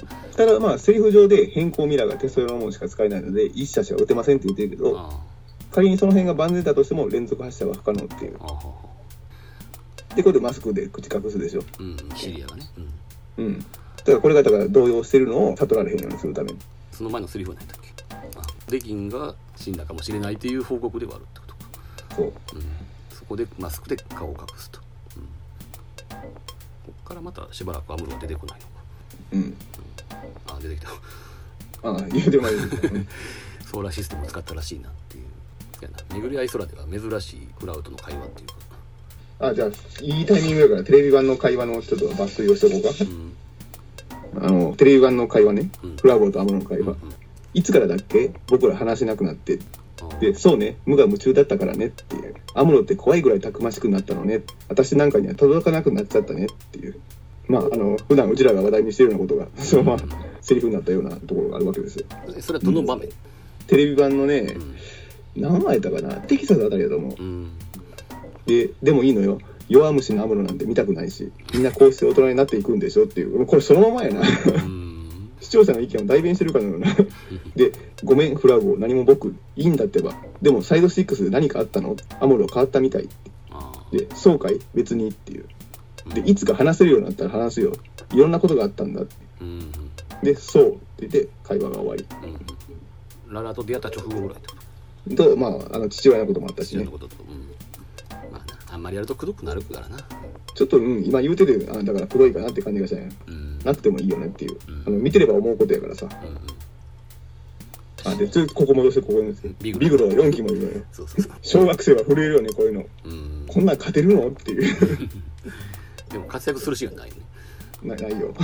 ただまあセリフ上で変更ミラーがテスト用のものしか使えないのでいっ射しか撃てませんって言ってるけど、あ仮にその辺が万全だとしても連続発射は不可能っていう、あでこれでマスクで口隠すでしょ、 うん、シリアがね、 うん、うん、だからこれがだから動揺してるのを悟られへんようにするために、 その前のセリフは何だっけ、あレギンが死んだかもしれないっていう報告ではあるってことか、 そう、うん、 そこでマスクで顔を隠すと、こっからまたしばらくアムロは出てこないのか、うん、うん、あ出てきたああ言うてもいいソーラーシステムを使ったらしいなっていうやな、巡り合い空では珍しいクラウドの会話っていうか、 あじゃあいいタイミングだからテレビ版の会話のちょっと抜粋をしておこうか、うん、あのテレビ版の会話ね、うん、フラゴとアムロの会話、うんうん、いつからだっけ僕ら話せなくなって、でそうね無我夢中だったからねっていう、アムロって怖いぐらいたくましくなったのね、私なんかには届かなくなっちゃったねっていう、まああの普段うちらが話題にしてるようなことがそのままセリフになったようなところがあるわけですよ。 それはどの場面、うん、 テレビ版のね、うん、何話やったかな、テキサスあたりだと思う、うん、ででもいいのよ、弱虫のアムロなんて見たくないし、みんなこうして大人になっていくんでしょっていう、これそのままやな視聴者の意見を代弁してるかのようなで、ごめんフラゴ何も僕いいんだってば、でもサイドシックスで何かあったの、アムロ変わったみたいで、そうかい別にっていう、でいつか話せるようになったら話すよ、いろんなことがあったんだって、でそうって言って会話が終わり、 ララと出会った直後ぐらいってことと、まああの父親のこともあったしね、 父親のことと、うんまあ、あんまりやるとくどくなるからな、 ちょっと、うん、今言うててあだから黒いかなって感じがしたんや、うん、なくてもいいよねっていう、うん、あの見てれば思うことやからさ、うんうん、あでつここ戻してここにビグロはよんきもいるのよそうそうそう小学生は震えるよねこういうの、うん、こんなん勝てるのっていうでも活躍するシーンはないねなないよ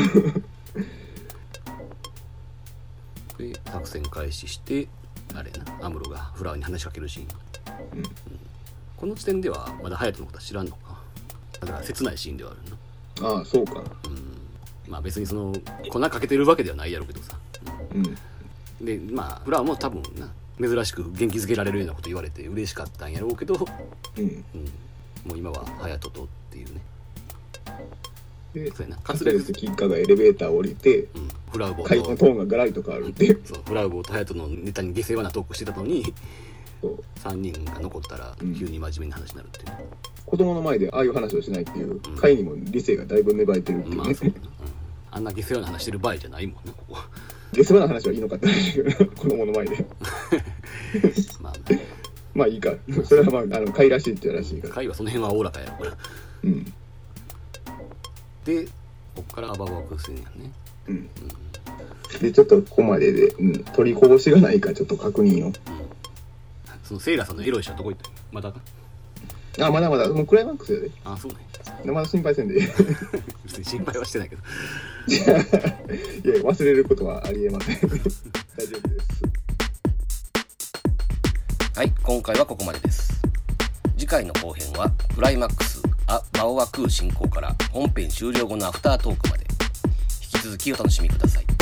で作戦開始してあれなアムロがフラワーに話しかけるシーン、うんうん、この時点ではまだハヤトのことは知らんのか、だから切ないシーンではあるな。ああそうか、 うん、まあ別にその粉かけてるわけではないやろうけどさ、うんうん、でまあフラワーも多分な珍しく元気づけられるようなこと言われて嬉しかったんやろうけど、うんうん、もう今はハヤトとっていうね。 でカツレツ金貨がエレベーターを降りて、うん、フラウボー会のトーンがガラリと変わるっていう、 そうフラウボーとハヤトのネタに下世話なトークしてたのにさんにんが残ったら急に真面目な話になるっていう、うん、 子供の前でああいう話をしないっていう、うん、会にも理性がだいぶ芽生えてるっていうね、まあそうね、うん、 あんな下世話な話してる場合じゃないもんなここ下世話な話はいいのかって話だけど子供の前でまあまあいいか、それはまああの会らしいってらしいから、 会はその辺はおおらかやろから、うんでこっからアババクするんやね、うんうん、 でちょっとここまでで、うん、取りこぼしがないかちょっと確認を、うん、 そのセイラさんのエロい人はどこ行ったのまだかあまだまだもうクライマックスやで、 あそうねまだ心配せんで別に心配はしてないけどいや忘れることはありえません大丈夫です。 はい今回はここまでです。次回の後編はクライマックスあバオワクー進行から本編終了後のアフタートークまで引き続きお楽しみください。